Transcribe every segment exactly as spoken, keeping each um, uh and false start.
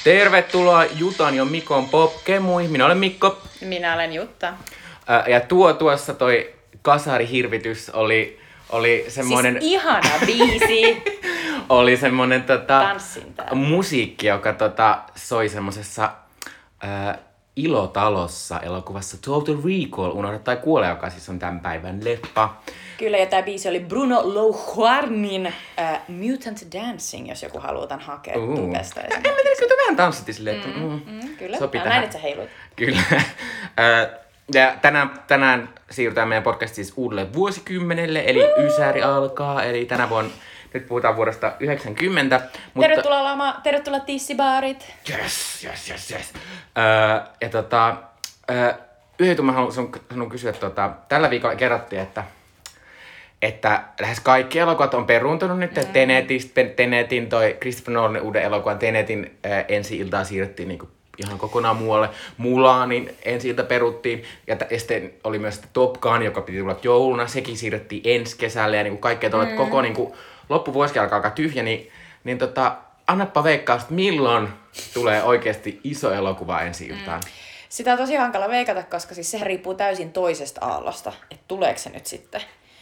Tervetuloa Jutan ja Mikon Popkemui. Minä olen Mikko. Minä olen Jutta. Ää, ja tuo tuossa toi kasarihirvitys oli, oli semmoinen... Siis ihana biisi. oli semmoinen tota, musiikki, joka tota, soi semmosessa ää, Ilotalossa elokuvassa Total Recall, unohda tai kuole, joka siis on tämän päivän leffa. Kyllä, ja tämä biisi oli Bruno Louarnin uh, Mutant Dancing, jos joku haluaa tämän hakea uh. tubesta. En mä tiedä, kyllä vähän tanssitti silleen, että mm, mm, kyllä, sopi mä tähän. näin, että sä heilut. Kyllä. Ja tänään, tänään siirrytään meidän podcast siis uudelle vuosikymmenelle, eli uh. Ysäri alkaa, eli tänä vuonna, nyt puhutaan vuodesta yhdeksänkymmentä. Mutta... Tervetuloa Lama, tervetuloa Tissibaarit. Yes, yes, yes, yes. Öö, ja tota, öö, yhden mä haluan sinun kysyä, tota, tällä viikolla kerrottiin, että että lähes kaikki elokuvat on peruuntunut nyt. Mm. Tenetin, Tenetin toi Christopher Nolanin uuden elokuvan Tenetin äh, ensi-iltaa siirrettiin niinku ihan kokonaan muualle. Mulanin ensi-ilta peruttiin. Ja, t- ja sitten oli myös Top Gun, joka piti tulla jouluna. Sekin siirrettiin ensi kesälle. Ja niinku kaikkea tuolla, mm. koko niinku, loppuvuosi alkaa aika tyhjä. Niin, niin tota, annappa veikkaus, milloin tulee oikeasti iso elokuva ensi-iltaan. Mm. Sitä on tosi hankala veikata, koska siis sehän riippuu täysin toisesta aallosta. Että tuleeko se nyt sitten.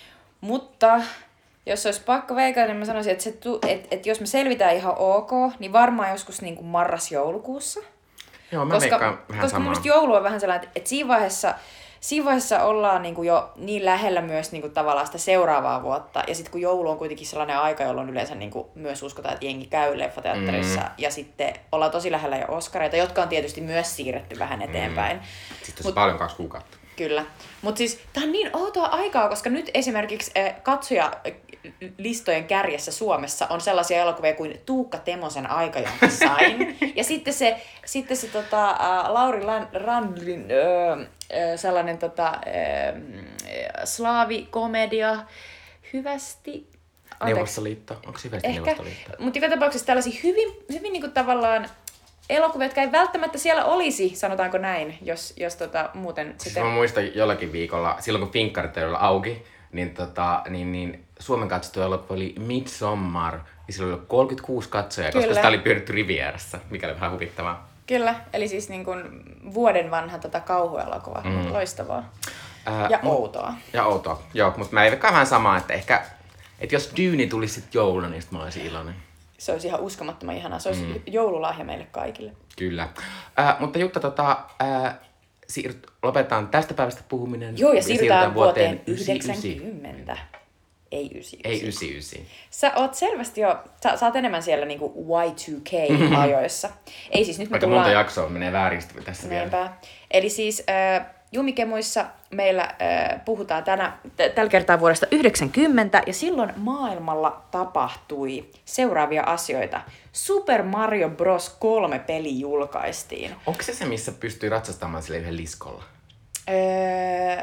Mutta jos olisi pakko veikata, niin mä sanoisin, että, se tu- et, et jos me selvitään ihan ok, niin varmaan joskus niin kuin marras-joulukuussa. Joo, mä koska, veikkaan vähän koska samaa. Koska joulu on vähän sellainen, että, että siinä, vaiheessa, siinä vaiheessa ollaan niin kuin jo niin lähellä myös niin kuin tavallaan sitä seuraavaa vuotta. Ja sitten kun joulu on kuitenkin sellainen aika, jolloin yleensä niin kuin myös uskotaan, että jengi käy leffateatterissa. Mm. Ja sitten ollaan tosi lähellä jo Oscareita, jotka on tietysti myös siirretty vähän eteenpäin. Mm. Sitten on paljon kaksi kuukautta. Kyllä. Mutta siis tää on niin outoa aikaa, koska nyt esimerkiksi äh, katsojalistojen kärjessä Suomessa on sellaisia elokuvia kuin Tuukka Temosen Aika, jonka sain. Ja sitten se, sitten se tota, äh, Lauri Randlin äh, äh, sellainen tota, äh, slaavikomedia hyvästi. Neuvostoliitto. Onko se hyvästi Ehkä, Neuvostoliitto? mutta joka tapauksessa tällaisia hyvin, hyvin niinku tavallaan elokuvia, jotka ei välttämättä siellä olisi, sanotaanko näin, jos, jos tota, muuten siis sitten... Mä muistan jollakin viikolla, silloin kun Finkkarit oli auki, niin, tota, niin, niin Suomen katsottu elokuva oli Midsommar, niin sillä oli kolmekymmentäkuusi katsojaa, koska sitä oli pyöritty Rivierassa, mikä oli vähän huvittavaa. Kyllä, eli siis niin kuin vuoden vanha tota kauhuelokuva, mm. loistavaa. Ää, ja mu- outoa. Ja outoa, joo, mutta mä ei veikkaan vähän samaa, että ehkä, että jos Dune tulisi sit jouluna, niin sit mä olisin iloinen. Se olisi ihan uskomattoman ihanaa. Se olisi mm. joululahja meille kaikille. Kyllä. Äh, mutta Jutta, tota, äh, siir- lopetetaan tästä päivästä puhuminen. Joo, ja siirrytään vuoteen yhdeksänkymmentä. Ei yhdeksänkymmentä. Ei yhdeksänkymmentäyhdeksän. Sä oot selvästi jo, sä, sä oot enemmän siellä niinku Y two K-ajoissa. Ei siis nyt me Aika tullaan... monta jaksoa menee väärin tässä Näinpä. vielä. Eli siis äh, Jumikemuissa meillä äh, puhutaan tänä, t- tällä kertaa vuodesta yhdeksänkymmentä, ja silloin maailmalla tapahtui seuraavia asioita. Super Mario Bros. kolme peli julkaistiin. Onko se se, missä pystyy ratsastamaan sille yhden liskolla? Öö,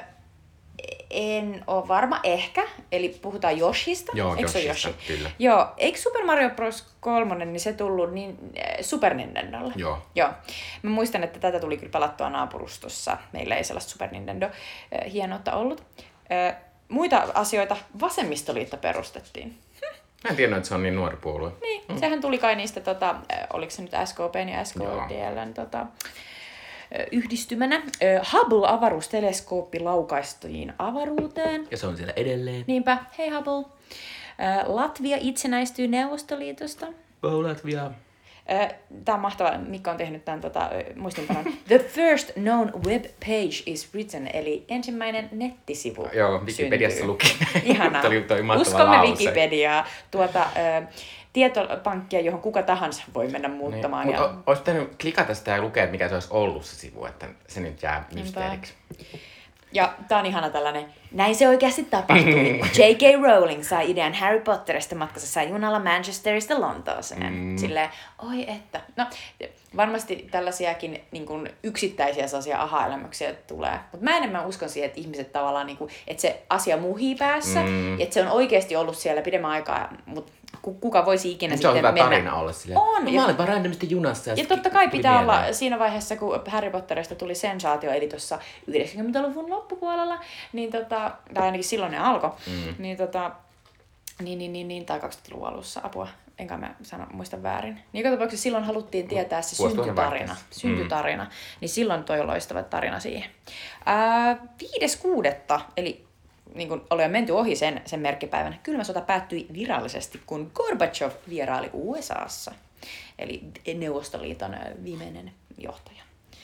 en ole varma, ehkä. Eli puhutaan Yoshista. Joo, eikö se Yoshista, Yoshi? kyllä. Joo, eikö Super Mario Bros. kolme, niin se tullut niin, äh, Super Nintendolle? Joo. Joo. Mä muistan, että tätä tuli kyllä pelattua naapurustossa. Meillä ei sellaista Super Nintendo äh, hienoutta ollut. Äh, muita asioita, Vasemmistoliitto perustettiin. Mä en tiedä, että se on niin nuori puolue. Niin, mm. sehän tuli kai niistä, tota, äh, oliko se nyt S K P:n ja S K D:n tota, yhdistymänä. Hubble-avaruusteleskooppi laukaistiin avaruuteen. Ja se on siellä edelleen. Niinpä, hei Hubble. Latvia itsenäistyy Neuvostoliitosta. Oh, Latvia. Tämä on mahtavaa. Mikko on tehnyt tämän tota, muistinpanon. The first known web page is written, eli ensimmäinen nettisivu. Joo, Wikipediassa luki. Ihanaa. Toi, toi Uskomme lause. Wikipediaa. Tuota, ä, tietopankkia, johon kuka tahansa voi mennä muuttamaan. Niin, ja... mutta olisi pitänyt klikata sitä ja lukea, mikä se olisi ollut se sivu, että se nyt jää mysteeriksi. Ja tää on ihana tällainen, näin se oikeasti tapahtui. J K. Rowling sai idean Harry Potterista matkassa junalla Manchesterista Lontooseen. Mm. Silleen, oi että. No, varmasti tällaisiakin niin kuin yksittäisiä sellaisia aha-elämyksiä tulee. Mutta mä enemmän uskon siihen, että ihmiset tavallaan, niin kuin, että se asia muhii päässä. Mm. Että se on oikeasti ollut siellä pidemmän aikaa, mutta kuka voisi ikinä Mut sitten mennä. Se on hyvä tarina olla silleen. On. No, mä olin vaan randomisti junassa. Ja, ja totta kai pitää olla mieleen. Siinä vaiheessa, kun Harry Potterista tuli sensaatio, eli tuossa yhdeksänkymmentäluvun loppupuolella, niin tota, tai ainakin silloin ne alkoi, mm. niin tota, Niin, niin, niin, niin, tai kaksituhattaluvun alussa, apua, enkä mä sano, muista väärin. Niin joka tapauksessa silloin haluttiin tietää se syntytarina, syntytarina, mm. niin silloin toi on loistava tarina siihen. Ää, viides kuudetta, eli niin kuin oli jo menty ohi sen, sen merkkipäivän, kylmä sota päättyi virallisesti, kun Gorbachev vieraili U S A:ssa, eli Neuvostoliiton viimeinen johtaja.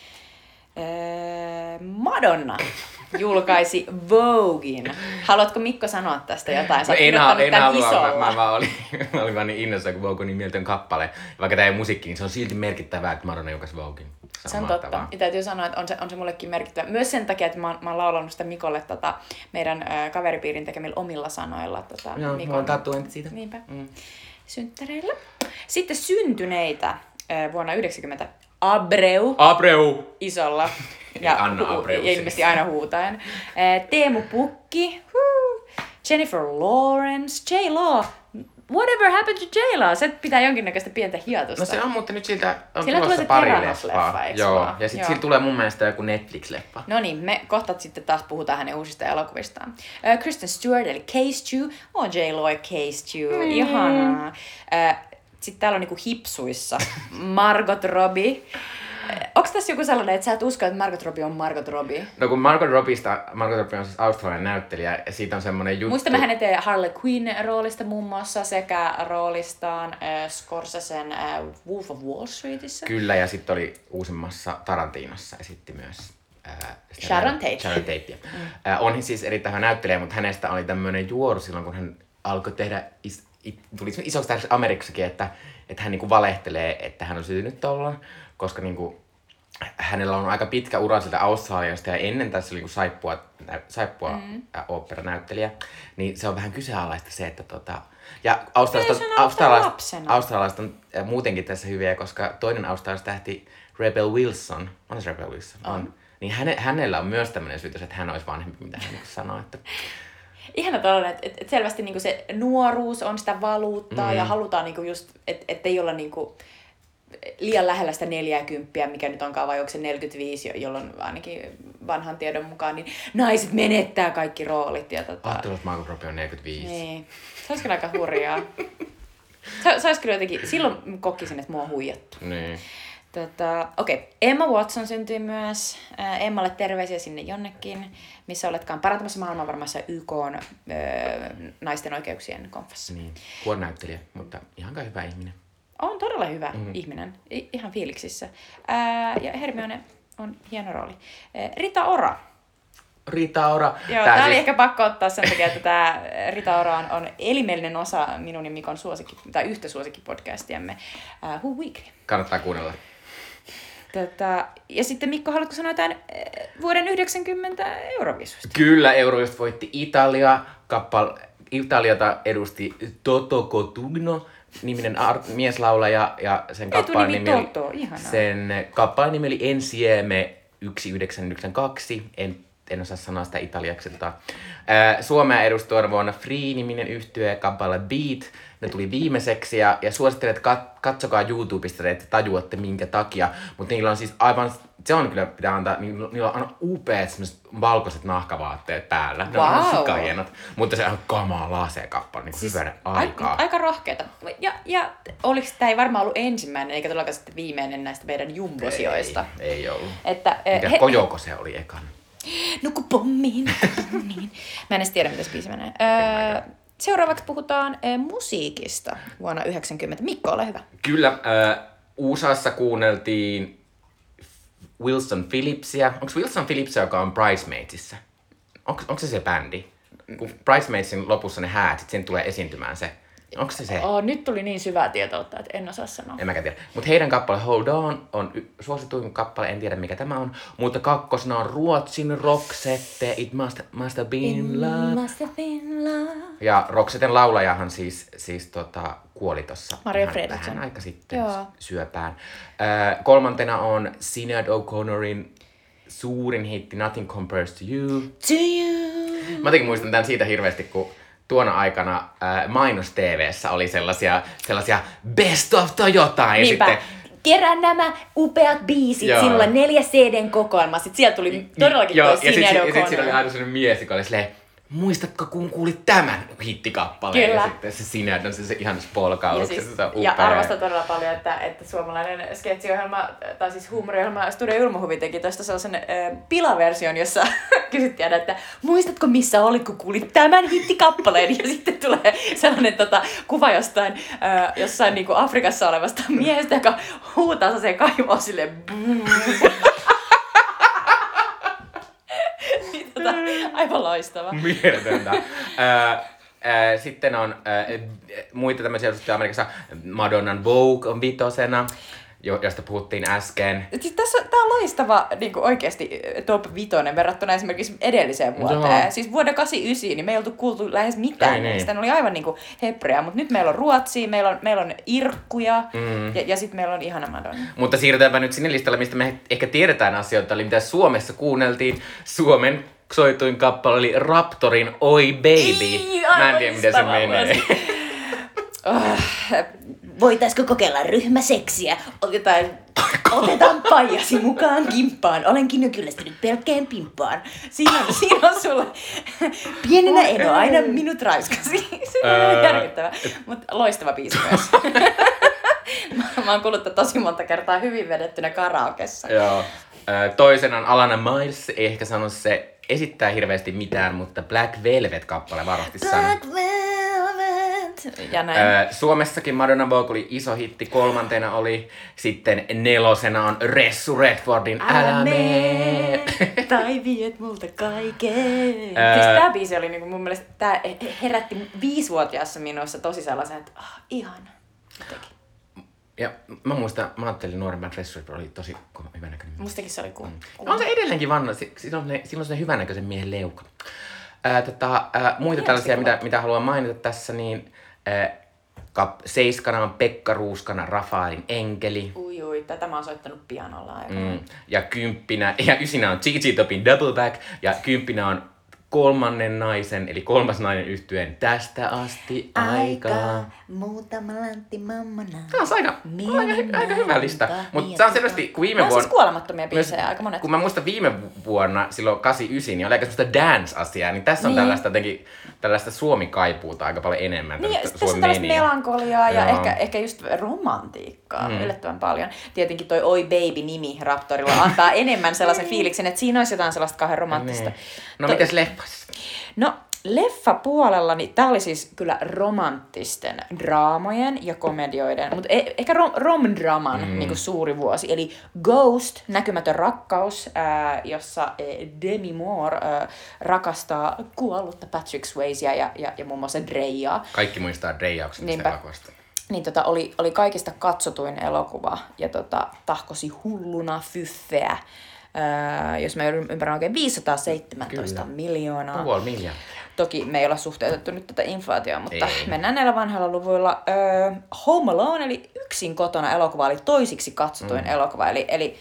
Madonna julkaisi Voguein. Haluatko Mikko sanoa tästä jotain? Sä oot no, kirjoittanut en, en tän halua, isolla. mä, mä, mä, olin, mä olin vaan niin innossa, kun Vogue on niin mieltön kappale. Vaikka tää ei musiikki, niin se on silti merkittävää, että Madonna julkaisi Voguein. Se on, se on totta. Ja täytyy sanoa, että on se, on se mullekin merkittävä. Myös sen takia, että mä oon, mä oon laulanut sitä Mikolle tota, meidän ö, kaveripiirin tekemillä omilla sanoilla. Tota, Joo, Mikon, mä oon tatuointi siitä. Niinpä. Mm. Synttäreillä. Sitten syntyneitä ö, vuonna yhdeksänkymmentä. Abreu. Abreu! Isolla. Ja, Anna Abreu. ja ilmeisesti aina huutaen. Teemu Pukki. Huu. Jennifer Lawrence. J-Lo. Whatever happened to J-Lo? Se pitää jonkinnäköistä pientä hiatusta. No se on, mutta nyt siltä on Sillä tulee tulossa se pari Theranos-leffa, leffaa. eiks Joo, vaan? ja sit Joo. sillä tulee mun mielestä joku Netflix-leffa. No niin, me kohta sitten taas puhutaan hänen uusista elokuvistaan. Uh, Kristen Stewart, eli K-Stew. Oh, J-Lo ja K-Stew. Mm. Ihanaa. Uh, sitten täällä on niinku hipsuissa Margot Robbie. Onko tässä joku sellainen, että sä et usko, että Margot Robbie on Margot Robbie? No kun Margot Robbista, Margot Robbie on siis australialainen näyttelijä ja siitä on semmonen juttu. Muistamme hänet Harley Quinn roolista muun muassa sekä roolistaan äh, Scorsesen äh, Wolf of Wall Streetissä. Kyllä, ja sitten oli uusimmassa Tarantinossa esitti myös äh, Sharon Tate. Sharon Tatea. mm. äh, on siis erittäin hyvä näyttelijä, mutta hänestä oli tämmöinen juoru silloin, kun hän alkoi tehdä, is, it, tuli isoksi tähdessä Amerikassakin, että, että hän niinku valehtelee, että hän on syntynyt tuolla, koska niinku, hänellä on aika pitkä ura sieltä Australiasta ja ennen tässä oli niinku saippua, saippua mm. äh, oopperanäyttelijä, niin se on vähän kyseenalaista se, että tota, ja australialaiset australialaiset australialaiset on äh, muutenkin tässä hyviä, koska toinen australialainen tähti Rebel Wilson, on se Rebel Wilson? On. on. Niin häne, hänellä on myös tämmöinen syytös, että hän olisi vanhempi, mitä hän niinku sanoo, että ihana tällainen, että, että selvästi niinku se nuoruus on sitä valuuttaa mm. ja halutaan niinku just, että, että ei olla niinku liian lähellä sitä neljäkymppiä, mikä nyt onkaan vai onko se neljäkymmentäviisi, jolloin ainakin vanhan tiedon mukaan, niin naiset menettää kaikki roolit. Ja tota... Ajattelin, että Margot Robbie on neljäkymmentäviisi. Niin. Se olisi kyllä aika hurjaa. se, se olisi kyllä jotenkin, silloin kokisin, että mua on huijattu. Niin. Tota, okei, okay. Emma Watson syntyi myös. Äh, Emmalle terveisiä sinne jonnekin, missä oletkaan parantamassa maailmaa varmassa Y K:n äh, naisten oikeuksien konfassa. Niin, huono näyttelijä, mutta ihan kai hyvä ihminen. On todella hyvä mm-hmm. ihminen, I- ihan fiiliksissä. Ää, ja Hermione on hieno rooli. Ää, Rita Ora. Rita Ora. Joo, tää, tää oli siis ehkä pakko ottaa sen takia, että tää Rita Ora on, on elimellinen osa minun ja Mikon suosikki, tai yhtä suosikkipodcastiamme, ää, Who Weekly. Kannattaa kuunnella. Tätä, ja sitten Mikko, haluatko sanoa jotain ää, vuoden yhdeksänkymmentä Eurovisusta? Kyllä, Eurovisusta voitti Italia. Kappal, Italiata edusti Toto Cotugno niminen art, mieslaulaja ja sen kappaleen nimi, nimi Toto, sen kappaleen nimi oli Insieme yhdeksäntoista yhdeksänkymmentäkaksi. En, en osaa sanoa sitä italiaksi. Tota. Suomea edustui vuonna Free-niminen yhtye kappale Beat. Ne tuli viimeiseksi ja, ja suosittelen, että kat, katsokaa YouTubesta, että tajuatte minkä takia. Mutta niillä on siis aivan, se on kyllä pitää antaa, niillä on aina upeat semmoiset valkoiset nahkavaatteet päällä. Ne wow. on ihan sikahienot, mutta se on kamalaa se kappale, niin siis hyvän aikaa. A, aika rohkeeta. Ja, ja oliko tämä ei varmaan ollut ensimmäinen, eikä todellakaan sitten viimeinen näistä meidän jumbosijoista? Ei, ei ollut. Että, Mitä he, Kojoko se oli ekan? Nuku pommiin, nuku pommiin. Mä en edes tiedä, mitä se biisi menee. Öö, seuraavaksi puhutaan äh, musiikista vuonna yhdeksänkymmentä. Mikko, ole hyvä. Kyllä. Äh, U S A:ssa kuunneltiin Wilson Phillipsia. Onko Wilson Phillips, joka on Bridesmaidsissa? Onko se se bändi? Kun Bridesmaidsin lopussa ne häät, sit sen tulee esiintymään se. Onko se se? Oh, nyt tuli niin syvää tietoutta, että en osaa sanoa. En mäkään tiedä. Mutta heidän kappale Hold On on y- suosituin kappale, en tiedä mikä tämä on. Mutta kakkosena on Ruotsin Roxette, It Must, must Have Been Love. Must have been love. Ja Roxetten laulajahan siis, siis tota, kuoli tossa Maria vähän, Fredriksson. vähän aika sitten Joo. syöpään. Äh, kolmantena on Sinead O'Connorin suurin hitti Nothing Compares to You. To you. Mä jotenkin muistan tämän siitä hirveästi, kun tuona aikana äh, mainos-T V:ssä oli sellaisia, sellaisia best of tai jotain. Niinpä. Ja sitten Kerää nämä upeat biisit, joo. sinulla neljä C D:n kokoelma. Sitten sieltä tuli todellakin joo, toi ja Sinead sitten sit, O'Connor. siinä oli aina sellainen mies, joka oli silleen, muistatko kun kuulit tämän hittikappaleen? Kyllä. Ja sitten se sinä, no se, se ihan polkauksessa, siis, se on ja upea. arvostan todella paljon, että, että suomalainen sketsiohjelma, tai siis huumoriohjelma Studio Ylmähuvi teki tästä sellaisen äh, pilaversion, jossa kysyttiin, että muistatko missä olit, kun kuulit tämän hittikappaleen? Ja sitten tulee sellainen tota, kuva jostain, äh, jossain niin kuin Afrikassa olevasta miehestä, joka huutaa sellaiseen kaivoon silleen tota, aivan loistava. Mieletöntä. Sitten on muita tämmöisiä, joista Amerikassa Madonnan Vogue on vitosena, josta puhuttiin äsken. Siis tässä on, tää on loistava niin kuin oikeasti top vitonen verrattuna esimerkiksi edelliseen vuoteen. Joo. Siis vuonna kahdeksankymmentäyhdeksän niin me ei oltu kuultu lähes mitään ei, niistä. Ne oli aivan niin kuin hepreä, mutta nyt meillä on Ruotsia, meillä on, meillä on irkkuja Mm. ja, ja sitten meillä on ihana Madonna. Mutta siirrytäänpä nyt sinne listalle, mistä me ehkä tiedetään asioita, eli mitä Suomessa kuunneltiin. Suomen soituin kappale oli Raptorin Oi Baby. Ii, Mä en tiedä, miten se loistava menee. Oh, voitaisko kokeilla ryhmäseksiä? Otetaan, otetaan paijasi mukaan kimppaan. Olenkin jo kyllästynyt pelkkään pimppaan. Siinä on, siinä on sulla pienenä eno, aina minut raiskasi. Se on järkyttävä, mutta loistava biisi myös. Mä oon kuullut tätä tosi monta kertaa hyvin vedettynä karaokessa. Joo. Toisena on Alana Miles, ei ehkä sano se esittää hirveästi mitään, mutta Black Velvet-kappale varmasti sanoo. Black Velvet. Ja näin. Öö, Suomessakin Madonna Vogue oli iso hitti, kolmantena oli, sitten nelosena on Ressu Redfordin Älä mene. Tai viet multa kaiken. Ää. Siis tää biisi oli niinku mun mielestä, tää herätti viisivuotiaassa minussa tosi sellaisen, että ah, ihana. Jotenkin. Ja mä muistan, mä ajattelin nuorempana, että Ressu Redford oli tosi hyvä näköinen. Mustakin se oli cool. Mm. On se edelleenkin vanha, si- silloin, ne, silloin se hyvänäköisen miehen leuka. Ää, tota, ää, muita Hienosti tällaisia, mitä, kuvattu. mitä haluan mainita tässä, niin ää, kap, seiskana on Pekka Ruuskana Rafaelin Enkeli. Ui ui, tätä mä oon soittanut pianolla aika. Mm, ja kymppinä, ja ysinä on Gigi Topin Double Back, ja kymppinä on kolmannen naisen, eli kolmas nainen yhtyeen Tästä asti aikaa. muutama lantti mammana. Tämä on aika, aika, aika hyvä lista. Mutta tämä on selvästi, kun viime Nämä on vuonna... siis kuolemattomia myös- biisejä, aika monet. Kun mä muistan viime vuonna, silloin kahdeksankymmentäyhdeksän, niin oli aika semmoista dance-asiaa, niin tässä on Niin. tällaista jotenkin, tällaista Suomi-kaipuuta aika paljon enemmän. Niin, tällaista tässä on tällaista Suomi-meniä. melankoliaa ja Joo. ehkä, ehkä just romantiikkaa Mm. yllättävän paljon. Tietenkin toi Oi Baby-nimi Raptorilla antaa enemmän sellaisen fiiliksen, että siinä olisi jotain sellaista kauhean romanttista. Niin. No To- mitäs leffas? No, leffapuolella, niin tää oli siis kyllä romanttisten draamojen ja komedioiden, mutta e- ehkä rom- rom-draman mm. niin kuin suuri vuosi. Eli Ghost, näkymätön rakkaus, ää, jossa e, Demi Moore ää, rakastaa kuollutta Patrick Swayzea ja, ja, ja muun muassa Dreyaa. Kaikki muistaa Dreijauksen Niinpä. elokuvasta. Niin tota, oli, oli kaikista katsotuin elokuva ja tota, tahkosi hulluna fyffeä. Öö, jos mä ymmärrän oikein, viisisataaseitsemäntoista Kyllä. miljoonaa. Puoli miljardia. Toki me ei olla suhteutettu nyt tätä inflaatioon, mutta Ei. mennään näillä vanhoilla luvuilla. Öö, Home Alone, eli yksin kotona elokuva, oli toisiksi katsotuin mm. elokuva. Eli, eli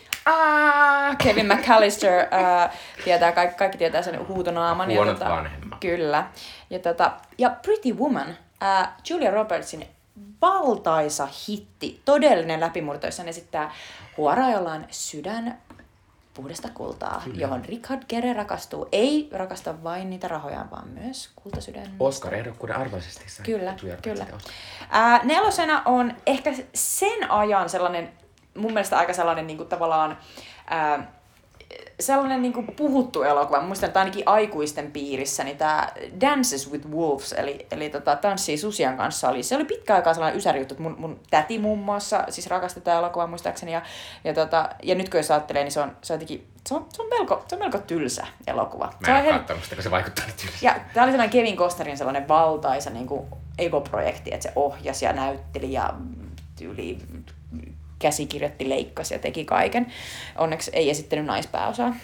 aah, Kevin McAllister, öö, tietää, kaikki, kaikki tietää sen huutonaaman. ja Huonot tota, vanhemmat. Kyllä. Ja, tota, ja Pretty Woman, öö, Julia Robertsin valtaisa hitti, todellinen läpimurto, jossa hän esittää huoraa, jolla on sydän puhdasta kultaa, Kyllä. johon Richard Gere rakastuu. Ei rakasta vain niitä rahojaan, vaan myös kultasydän. Oscar-ehdokkuuden arvoisesti sai. Kyllä, Julia kyllä. Robertsilta Oscar. Ää, nelosena on ehkä sen ajan sellainen, mun mielestä aika sellainen niin kuin tavallaan, ää, sellainen niin kuin puhuttu elokuva. Mä muistan, että ainakin aikuisten piirissä, niin tämä Dances with Wolves, eli, eli tota, Tanssii susien kanssa, oli, se oli pitkä aikaa sellainen ysäri-juttu, että mun, mun täti muun muassa siis rakasti tätä elokuvaa muistaakseni, ja, ja, tota, ja nyt kun jos ajattelee, niin se on, se on jotenkin, se on, se on, melko, se on melko tylsä elokuva. Se Mä on en hel- ole katsonut sitä, kun se vaikuttaa nyt tylsältä. ja tää oli sellainen Kevin Costnerin sellainen valtaisa niin kuin ego-projekti, että se ohjasi ja näytteli ja tyyli käsikirjoitti, leikkasi ja teki kaiken. Onneksi ei esittänyt naispääosaa.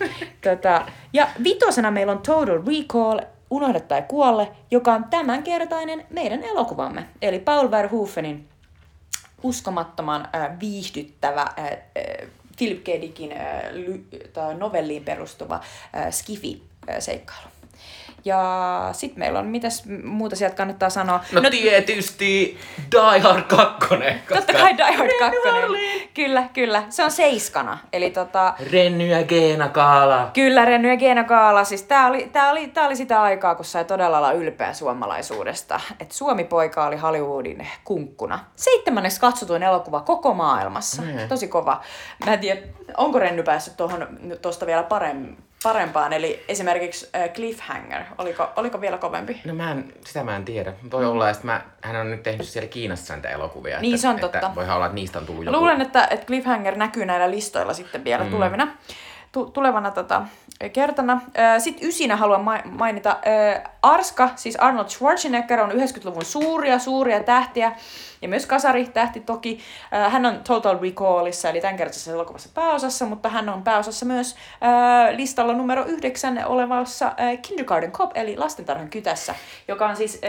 tota, ja vitosena meillä on Total Recall, Unohda tai kuolle, joka on tämänkertainen meidän elokuvamme. Eli Paul Verhoevenin uskomattoman äh, viihdyttävä äh, äh, Philip K. Dickin äh, ly- tai novelliin perustuva äh, skifi-seikkailu. Ja sit meillä on, mitäs muuta sieltä kannattaa sanoa? No, no tietysti Die Hard kaksi. Totta kai Die Hard kaksi. Kyllä, kyllä. Se on seiskana. Eli tota... Renny ja Geena Kaala. Kyllä, Renny ja Geena Kaala. Siis tää oli, tää oli, tää oli sitä aikaa, kun sai todella olla ylpeä suomalaisuudesta. Et Suomi-poika oli Hollywoodin kunkkuna. Seitsemänneksi katsotuin elokuva koko maailmassa. Mm. Tosi kova. Mä en tiedä, onko Renny päässyt tohon, tosta vielä paremmin. parempaan, eli esimerkiksi äh, Cliffhanger, oliko, oliko vielä kovempi? No mä en, sitä mä en tiedä. Voi mm. olla, että mä, hän on nyt tehnyt siellä Kiinassa näitä elokuvia. Niin, että, se on totta. Että voihan olla, että niistä on tullut joku. Luulen, että, että Cliffhanger näkyy näillä listoilla sitten vielä mm. tulevina, tu, tulevana tota, kertana. Sitten ysinä haluan mainita Arska, siis Arnold Schwarzenegger on yhdeksänkymmentäluvun suuria, suuria tähtiä. Ja myös kasaritähti toki. Hän on Total Recallissa, eli tämänkertaisessa elokuvassa pääosassa, mutta hän on pääosassa myös äh, listalla numero yhdeksän olevassa äh, Kindergarten Cop, eli lastentarhan kytässä, joka on siis,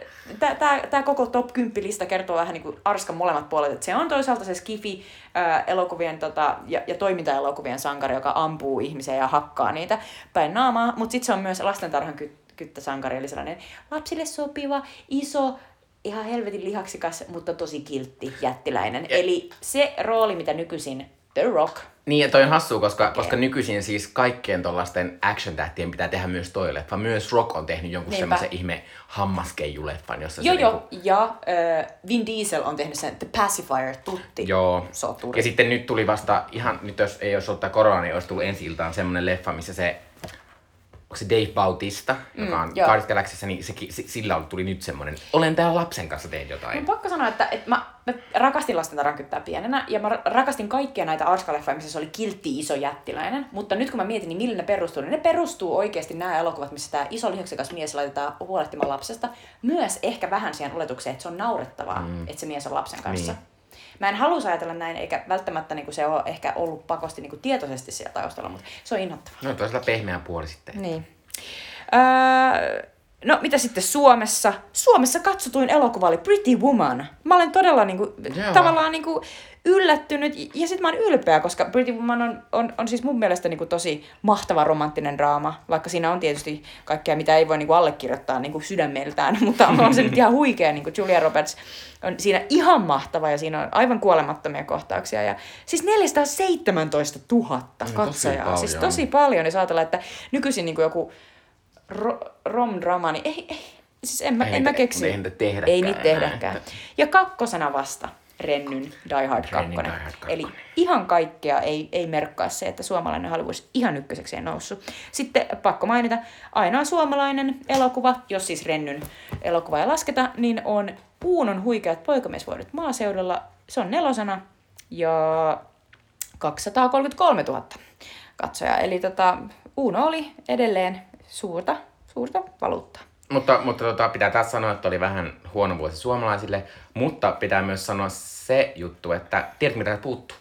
äh, tämä koko top kymmenen lista kertoo vähän niin kuin Arskan molemmat puolet, että se on toisaalta se skifi äh, elokuvien tota, ja, ja toimintaelokuvien sankari, joka ampuu ihmisiä ja hakkaa niitä päin naamaa, mutta sitten se on myös lastentarhan ky- kyttäsankari, eli sellainen lapsille sopiva, iso, ihan helvetin lihaksikas, mutta tosi kiltti, jättiläinen. Ja. Eli se rooli, mitä nykyisin The Rock. Niin, ja toi on hassua, koska, koska nykyisin siis kaikkien tollasten action-tähtien pitää tehdä myös toi leffa. Myös Rock on tehnyt jonkun Niinpä. semmoisen ihme hammaskeiju-leffan, jossa joo, se joo. niinku... Ja äh, Vin Diesel on tehnyt sen The Pacifier-tutti. Joo. Soturi. Ja sitten nyt tuli vasta, ihan nyt jos ei olisi ottaa koronaa, niin olisi tullut ensi iltaan semmoinen leffa, missä se... Onko se Dave Bautista, mm, joka on Guardians of the Galaxyssa, niin se, sillä tuli nyt semmoinen, olen täällä lapsen kanssa tehnyt jotain. Mun pakko sanoa, että, että mä, mä rakastin lastentarhan kyttää pienenä, ja mä rakastin kaikkia näitä Arska-leffoja, missä se oli kiltti, iso, jättiläinen. Mutta nyt kun mä mietin, niin millä ne perustuu, niin ne perustuu oikeasti nämä elokuvat, missä tämä iso lihaksikas mies laitetaan huolehtimaan lapsesta. Myös ehkä vähän siihen oletukseen, että se on naurettavaa, mm. että se mies on lapsen kanssa. Niin. Mä en halua ajatella näin, eikä välttämättä niinku se ole ehkä ollut pakosti niinku tietoisesti siellä taustalla, mutta se on inhottavaa. No toisella pehmeä puoli sitten. Niin. Öö, no mitä sitten Suomessa? Suomessa katsotuin elokuva oli Pretty Woman. Mä olen todella niinku, tavallaan niinku yllättynyt ja sit mä oon ylpeä, koska Pretty Woman on, on, on siis mun mielestä niinku tosi mahtava romanttinen draama, vaikka siinä on tietysti kaikkea, mitä ei voi niinku allekirjoittaa niinku sydämeltään, mutta on se nyt ihan huikea, niinku Julia Roberts on siinä ihan mahtava ja siinä on aivan kuolemattomia kohtauksia. Ja siis neljäsataaseitsemäntoista tuhatta katsojaa, tosi siis tosi paljon. Ja ajatellaan, että nykyisin niinku joku ro, rom-drama, niin ei, ei, siis en mä, en mä keksi. Ei niitä tehdäkään. Ei niitä tehdäkään. Ja kakkosena vasta Rennyn Die Hard kaksi. Eli ihan kaikkea ei, ei merkkaa se, että suomalainen Hollywood ihan ykköseksi ei noussut. Sitten pakko mainita, ainoa suomalainen elokuva, jos siis Rennyn elokuva ei lasketa, niin on Uunon huikeat poikamiesvuodet maaseudulla. Se on nelosena ja kaksisataakolmekymmentäkolmetuhatta katsojaa. Eli tota, Uuno oli edelleen suurta, suurta valuuttaa. Mutta, mutta tota, pitää taas sanoa, että oli vähän huono vuosi suomalaisille, mutta pitää myös sanoa se juttu, että tiedätkö mitä puuttuu?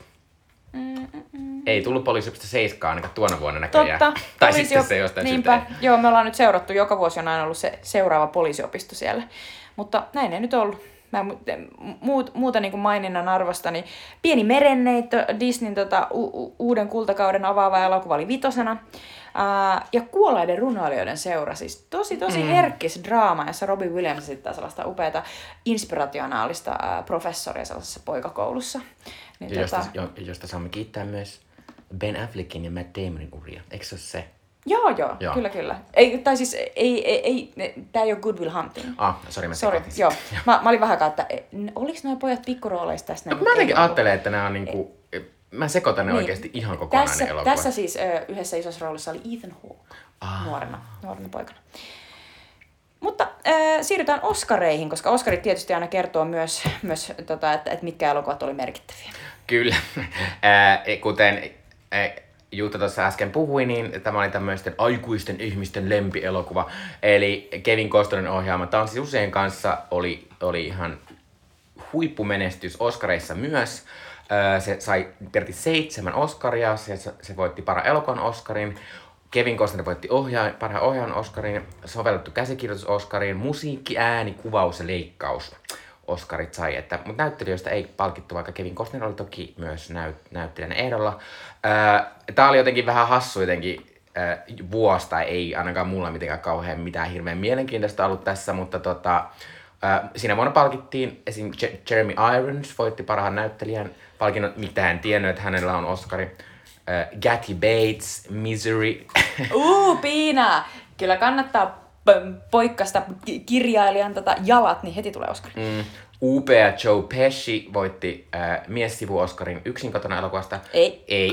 Mm-mm. Ei tullut Poliisiopisto seitsemän ainakaan tuona vuonna näköjään. Totta. Tai poliisio... sitten se jostain Niinpä. syystä. Joo, me ollaan nyt seurattu, joka vuosi on aina ollut se seuraava poliisiopisto siellä. Mutta näin ei nyt ollut. Mä muut, muuta niin kuin maininnan arvosta, niin Pieni merenneito, Disneyn tota, u- uuden kultakauden avaava elokuva oli vitosena. Ää, ja Kuolaiden runoilijoiden seura, siis tosi tosi mm. herkkis draama, jossa Robin Williams esittää sellaista upeata inspirationaalista ää, professoria sellaisessa poikakoulussa. Niin, ja tota... josta, jo, josta saamme kiittää myös Ben Affleckin ja Matt Damonin uria, eikö se ole se? Joo, joo, joo, kyllä, kyllä. Ei, tai siis, ei, ei, ei, tää ei ole Good Will Hunting. Ah, sori, mä Sorry, joo. Mä, mä olin vähän aikaa, että oliks noi pojat pikkurooleista tässä? No, mä jotenkin ajattelen, että nämä on niinku, mä sekoitan ne niin. oikeasti ihan kokonaan tässä, ne elokuvat. Tässä siis ö, yhdessä isossa roolissa oli Ethan Hawke, ah. nuorena, nuorena poikana. Mutta äh, siirrytään Oscareihin, koska Oscarit tietysti aina kertoo myös, myös tota, että, että mitkä elokuvat oli merkittäviä. Kyllä, äh, kuten äh, Jutta tuossa äsken puhui, niin tämä oli tämmöisten aikuisten ihmisten lempielokuva. Eli Kevin Costnerin ohjaama Tanssi usein kanssa oli, oli ihan huippumenestys Oscareissa myös. Äh, se sai peräti seitsemän Oscaria, se, se voitti parhaan elokuvan Oscarin. Kevin Costner voitti ohjaa, parhaan ohjaajan Oscarin, sovellettu käsikirjoitus Oscarin, musiikki, ääni, kuvaus ja leikkaus Oscarit sai. Että, mutta näyttelijöistä ei palkittu, vaikka Kevin Costner oli toki myös näyt, näyttelijänä ehdolla. Ää, tää oli jotenkin vähän hassu jotenkin. äh, vuosi tai ei ainakaan mulla mitenkään kauhean mitään hirveän mielenkiintoista ollut tässä, mutta tota, äh, siinä vuonna palkittiin esim. J- Jeremy Irons voitti parhaan näyttelijän palkinnon, mitä en tiennyt, että hänellä on Oscari. Äh, Kathy Bates, Misery. Uu, Piina! Kyllä kannattaa p- poikkasta ki- kirjailijan tota jalat, niin heti tulee Oscar. Mm. Upea Joe Pesci voitti äh, miessivu-Oscarin Yksin kotona elokuvasta. Ei. Ei.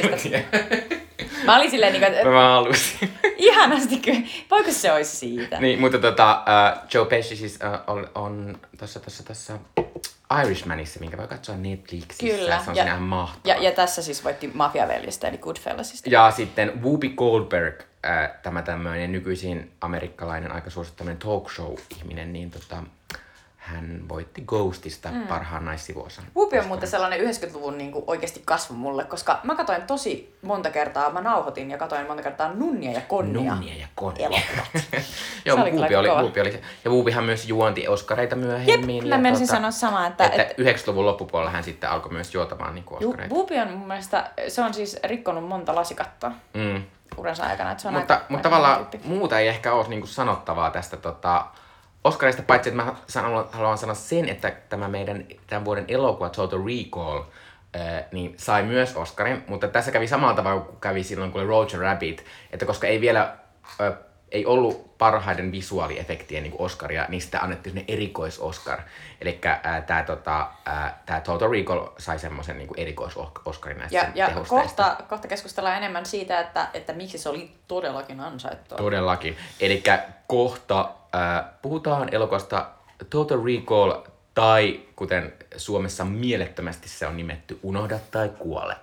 Mä olin silleen niinku, että Mä halusin. ihanasti kyllä. Voiko se olisi siitä? Niin, mutta tota, uh, Joe Pesci siis uh, on, on tossa, tossa, tossa Irishmanissa, minkä voi katsoa Netflixissä. Kyllä. Se on Ja, siinä ihan mahtava. ja, ja tässä siis voitti Mafiaveljestä, eli Goodfellasista. Ja sitten Whoopi Goldberg, äh, tämä tämmöinen nykyisin amerikkalainen aika suosittaminen talk show-ihminen, niin tota, hän voitti Ghostista mm. parhaan naissivuosan. Whoopi on muuten sellainen yhdeksänkymmentäluvun niin kuin oikeasti kasvu mulle, koska mä katoin tosi monta kertaa, mä nauhoitin ja katoin monta kertaa Nunnia ja Konnia. Nunnia ja Konnia. Elokuvat. Joo, Se oli Whoopi kyllä oli, kova. Whoopi oli se. Ja Whoopihan myös juonti Oscareita myöhemmin. Jep, ja mä menisin tota, sanoa samaa, että... että et, yhdeksänkymmentäluvun loppupuolella hän sitten alkoi myös juotamaan niin Oscareita. Whoopi on mun mielestä, se on siis rikkonut monta lasikattoa Mm. uransa aikana. Että se on Mutta, aika, mutta aika tavallaan tyyppi. muuta ei ehkä ole niinku sanottavaa tästä tota, Oscarista, paitsi että mä sanon, haluan sanoa sen, että tämä meidän tämän vuoden elokuva Total Recall ää, niin sai myös Oscarin, mutta tässä kävi samalla tavalla kuin kävi silloin, kun oli Roger Rabbit, että koska ei vielä ää, ei ollut parhaiden visuaaliefektien niin Oscaria, niin sitä annettiin sinne erikois-Oscar. Eli tämä tota, tää Total Recall sai semmoisen niin erikois-Oscarin näistä Ja, ja tehosteista. kohta, kohta keskustellaan enemmän siitä, että, että miksi se oli todellakin ansaittua. Todellakin. Eli kohta äh, puhutaan elokuvasta Total Recall, tai kuten Suomessa mielettömästi se on nimetty, Unohda tai kuole.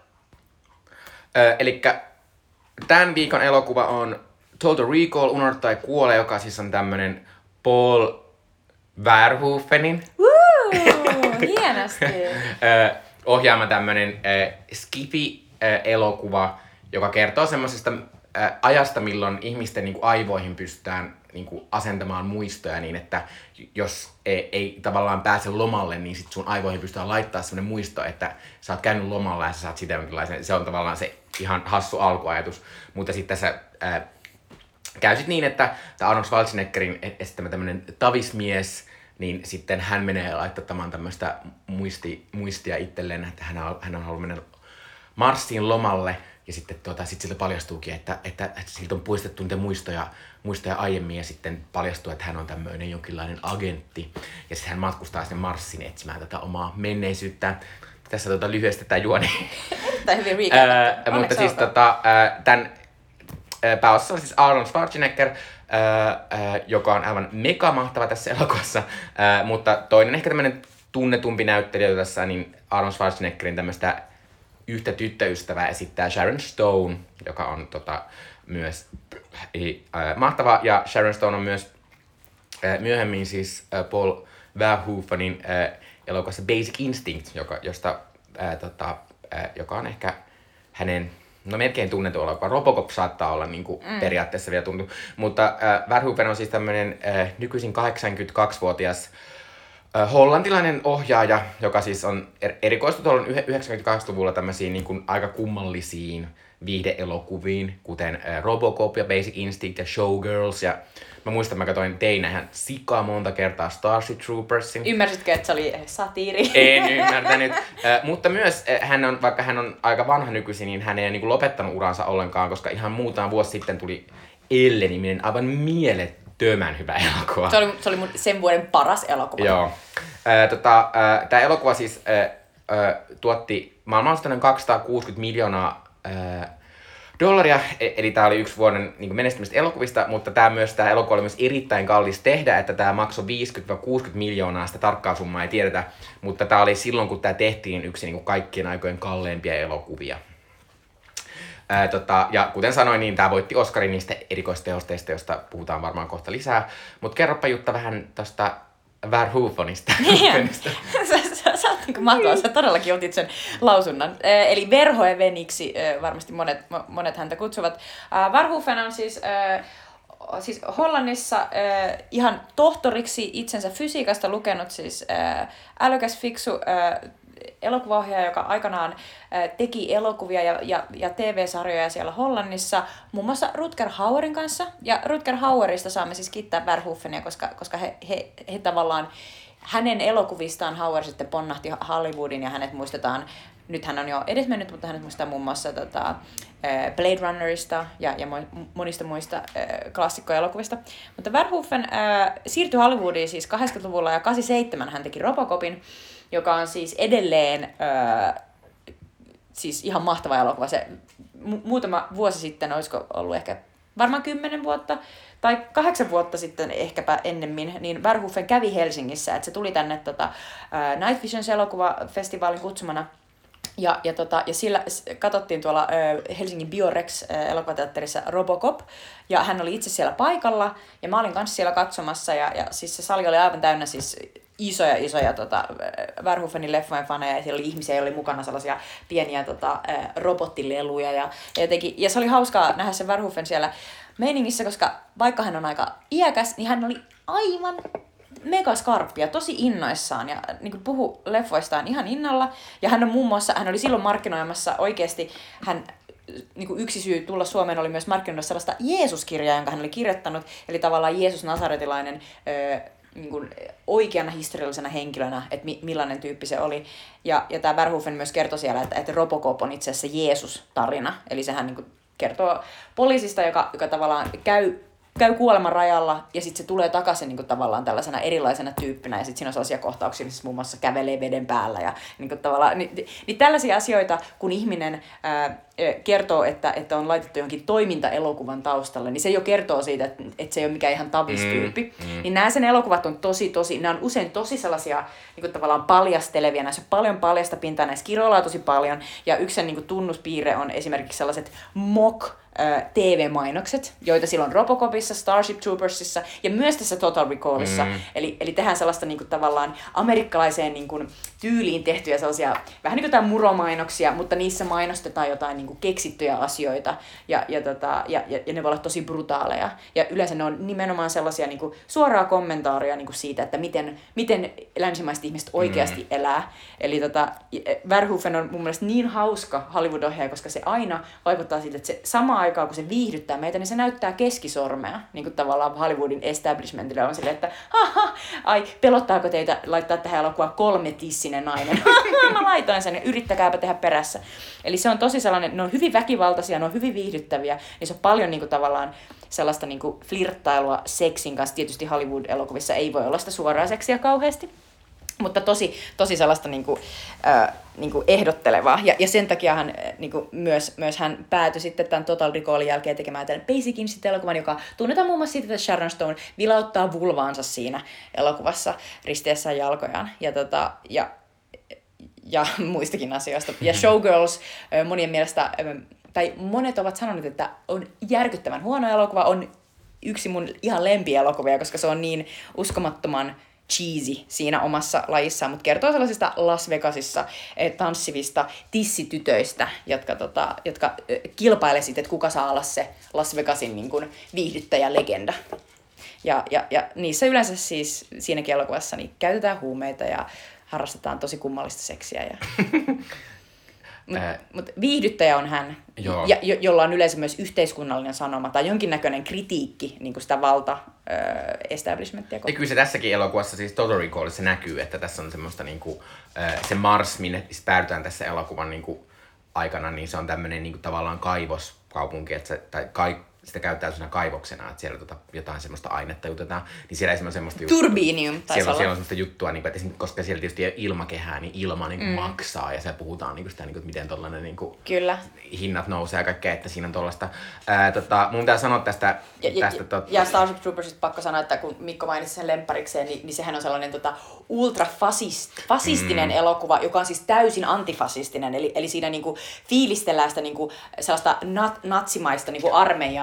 Äh, Eli tämän viikon elokuva on Total Recall, Unohda tai kuole, joka siis on tämmönen Paul Verhoevenin Woo! Hienosti! äh, ohjaama tämmönen äh, skifi-elokuva, joka kertoo semmoisesta äh, ajasta, milloin ihmisten niin kuin, aivoihin pystytään niin kuin, asentamaan muistoja niin, että jos ei, ei tavallaan pääse lomalle, niin sit sun aivoihin pystytään laittaa semmoinen muisto, että sä oot käynyt lomalla ja sä saat sitä jonkinlaisen, se on tavallaan se ihan hassu alkuajatus, mutta sitten tässä äh, käy sit niin, että Arnold Schwarzeneggerin esittämä tämmönen tavismies, niin sitten hän menee laittamaan tämmöistä muisti, muistia itselleen, että hän on, hän on halunnut mennä Marsiin lomalle, ja sitten tuota, sit siltä paljastuukin, että, että, että siltä on puistettu niitä muistoja, muistoja aiemmin, ja sitten paljastuu, että hän on tämmöinen jonkinlainen agentti, ja sitten hän matkustaa sinne Marsiin etsimään tätä omaa menneisyyttään. Tässä tuota, lyhyesti tämä juoni. Erittäin hyvin recapattu. Mutta siis tota, tämän pääosassa on siis Arnold Schwarzenegger, ää, ää, joka on aivan mega mahtava tässä elokuvassa, ää, mutta toinen ehkä tämmönen tunnetumpi näyttelijä tässä, niin Arnold Schwarzeneggerin tämmöistä yhtä tyttöystävää esittää Sharon Stone, joka on tota, myös ää, mahtava, ja Sharon Stone on myös ää, myöhemmin siis ää, Paul Verhoevenin ää, elokuvassa Basic Instinct, joka, josta, ää, tota, ää, joka on ehkä hänen no melkein tunnetu elokuva. Robocop saattaa olla niin kuin mm. periaatteessa vielä tuntu. Mutta äh, Verhoeven on siis tämmöinen äh, nykyisin kahdeksankymmentäkaksivuotias äh, hollantilainen ohjaaja, joka siis on er- erikoistunut ollut yhdeksänkymmentäkahdeksanluvulla tämmöisiin niin kuin aika kummallisiin viihde-elokuviin, kuten äh, Robocop ja Basic Instinct ja Showgirls. Ja mä muistan, mä katsoin teinähän sikaa monta kertaa Starship Troopersin. Ymmärsitkö, että se oli satiiri? En ymmärtänyt. äh, mutta myös äh, hän on, vaikka hän on aika vanha nykyisin, niin hän ei niin kuin lopettanut uransa ollenkaan, koska ihan muutama vuosi sitten tuli Elle-niminen aivan mielettömän hyvä elokuva. Se oli, se oli mun sen vuoden paras elokuva. Joo. Äh, tota, äh, Tämä elokuva siis äh, äh, tuotti maailmanlaajuisesti kaksisataakuusikymmentä miljoonaa äh, dollaria, eli tämä oli yksi vuoden niin menestymistä elokuvista, mutta tämä myös tämä elokuva oli myös erittäin kallis tehdä, että tämä maksoi viisikymmentä kuusikymmentä miljoonaa, sitä tarkkaa summaa ei tiedetä, mutta tämä oli silloin, kun tämä tehtiin yksi niin kuin kaikkien aikojen kalleimpia elokuvia. Ää, tota, ja kuten sanoin, niin tämä voitti Oscarin niistä erikoistehosteista, joista puhutaan varmaan kohta lisää, mutta kerropa Jutta vähän tuosta Verhoevenista. sä, sä oot niinku mahtava, sä todellakin otit sen lausunnan. Eh, eli Verhoeveniksi eh, varmasti monet, monet häntä kutsuvat. Eh, Verhoeven on siis, eh, siis Hollannissa eh, ihan tohtoriksi itsensä fysiikasta lukenut, siis eh, älykäs, fiksu, eh, elokuvaohjaaja, joka aikanaan äh, teki elokuvia ja, ja, ja T V-sarjoja siellä Hollannissa, muun muassa Rutger Hauerin kanssa. Ja Rutger Hauerista saamme siis kiittää Verhoevenia, koska, koska he, he, he tavallaan, hänen elokuvistaan Hauer sitten ponnahti Hollywoodin ja hänet muistetaan, nyt hän on jo edesmennyt, mutta hänet muistetaan muun muassa tota, Blade Runnerista ja, ja monista muista äh, klassikkoelokuvista. Mutta Verhoeven äh, siirtyi Hollywoodiin siis kahdeksankymmentäluvulla ja kahdeksankymmentäseitsemän hän teki Robocopin, joka on siis edelleen äh, siis ihan mahtava elokuva. Se mu- muutama vuosi sitten, olisiko ollut ehkä varmaan kymmenen vuotta tai kahdeksan vuotta sitten ehkäpä ennemmin, niin Verhoeven kävi Helsingissä, että se tuli tänne tota, äh, Night Visions elokuvafestivaalin kutsumana. Ja, ja, tota, ja sillä katsottiin tuolla äh, Helsingin Biorex äh, elokuvateatterissa Robocop, ja hän oli itse siellä paikalla, ja mä olin kanssa siellä katsomassa, ja, ja siis se sali oli aivan täynnä siis isoja, isoja tota, Verhoevenin leffojen faneja, ja siellä oli ihmisiä, joilla oli mukana sellaisia pieniä tota, äh, robottileluja, ja, ja, jotenkin, ja se oli hauskaa nähdä se Verhoeven siellä meiningissä, koska vaikka hän on aika iäkäs, niin hän oli aivan megaskarppia, tosi innoissaan ja niin kuin puhui leffoistaan ihan innolla. Ja hän on muun muassa, hän oli silloin markkinoimassa oikeasti, hän, niin kuin yksi syy tulla Suomeen oli myös markkinoida sellaista Jeesus-kirjaa, jonka hän oli kirjoittanut. Eli tavallaan Jeesus Nasaretilainen öö, niin kuin oikeana historiallisena henkilönä, että mi- millainen tyyppi se oli. Ja, ja tämä Verhoeven myös kertoi siellä, että, että Robocop on itse asiassa Jeesus-tarina. Eli sehän niin kuin kertoo poliisista, joka, joka tavallaan käy käy kuoleman rajalla ja sitten se tulee takaisin niin kuin tavallaan tällaisena erilaisena tyyppinä ja sitten siinä on sellaisia kohtauksia, missä muun muassa kävelee veden päällä ja niin kuin tavallaan, niin, niin tällaisia asioita, kun ihminen ää, kertoo, että, että on laitettu johonkin toimintaelokuvan taustalle, niin se jo kertoo siitä, että, että se ei ole mikään ihan tabistyyppi. Mm, mm. Niin nämä sen elokuvat on tosi, tosi, nämä on usein tosi sellaisia niin kuin tavallaan paljastelevia, näissä on paljon paljasta pintaa, näissä kirjoilla tosi paljon ja yksi sen niin kuin tunnuspiirre on esimerkiksi sellaiset mock T V-mainokset, joita silloin Robocopissa, Starship Troopersissa ja myös tässä Total Recallissa. Mm. Eli, eli tehdään sellaista niin kuin, tavallaan amerikkalaiseen niin kuin, tyyliin tehtyjä sellaisia, vähän niin kuin jotain muromainoksia, mutta niissä mainostetaan jotain niin kuin, keksittyjä asioita ja, ja, tota, ja, ja, ja ne voi olla tosi brutaaleja. Ja yleensä ne on nimenomaan sellaisia niin kuin, suoraa kommentaaria niin kuin siitä, että miten, miten länsimaiset ihmiset oikeasti mm. elää. Eli tota, Verhoeven on mun mielestä niin hauska Hollywood-ohjaaja, koska se aina vaikuttaa siitä, että se sama aikaa, kun se viihdyttää meitä, niin se näyttää keskisormea, niin kuin tavallaan Hollywoodin establishmentille on silleen, että haha, ai, pelottaako teitä laittaa tähän elokuvaan kolme tissinen nainen? Mä laitoin sen, yrittäkääpä tehdä perässä. Eli se on tosi sellainen, ne on hyvin väkivaltaisia, ne on hyvin viihdyttäviä, niin se on paljon niin kuin tavallaan sellaista niin kuin flirttailua seksin kanssa. Tietysti Hollywood-elokuvissa ei voi olla sitä suoraa seksiä kauheasti. Mutta tosi, tosi sellaista niin kuin, äh, niin kuin ehdottelevaa. Ja, ja sen takia hän, niin kuin myös, myös hän päätyi sitten tämän Total Recallin jälkeen tekemään tämän Basic Instinct-elokuvan, joka tunnetaan muun muassa siitä, että Sharon Stone vilauttaa vulvaansa siinä elokuvassa risteessään jalkojaan. Ja, tota, ja, ja muistakin asioista. Ja Showgirls monien mielestä, tai monet ovat sanoneet, että on järkyttävän huono elokuva, on yksi mun ihan lempielokuvia, koska se on niin uskomattoman cheesy siinä omassa lajissaan, mutta kertoo sellaisista Las Vegasissa tanssivista tissitytöistä, jotka, tota, jotka kilpailee siitä, että kuka saa olla se Las Vegasin niin kuin viihdyttäjä-legenda. Ja, ja, ja niissä yleensä siis siinäkin elokuvassa niin käytetään huumeita ja harrastetaan tosi kummallista seksiä. Ja... Mutta mut viihdyttäjä on hän, ja, jo, jolla on yleensä myös yhteiskunnallinen sanoma tai jonkinnäköinen kritiikki niin kuin sitä valta öö, establishmenttia kohtaan. Ja kyllä se tässäkin elokuvassa, siis Total Recallissa näkyy, että tässä on semmoista niinku, se Mars, minne päädytään tässä elokuvan niinku aikana, niin se on tämmöinen niinku tavallaan kaivoskaupunki, että se, tai kai, sitä käytetään sellaisena kaivoksena, että siellä tota, jotain semmoista ainetta jutetaan, niin siellä ei semmoista juttua. Turbiinium taisi siellä, olla. Siellä on semmoista juttua, niin kuin, että koska siellä tietysti ei ole ilmakehää, niin ilma niin kuin mm. maksaa, ja siellä puhutaan niin kuin sitä, niin kuin, että miten tollainen niin kuin, Kyllä. hinnat nousee ja kaikkea, että siinä on tollaista. Ää, tota, mun pitää sanoa tästä... Ja, tästä ja, tot... ja Starship Troopersista pakko sanoa, että kun Mikko mainitsi sen lempparikseen, niin, niin sehän on sellainen tota, ultrafasistinen mm. elokuva, joka on siis täysin antifasistinen, eli, eli siinä niin kuin, fiilistellään sitä niin kuin, sellaista nat, natsimaista niin kuin armeijaa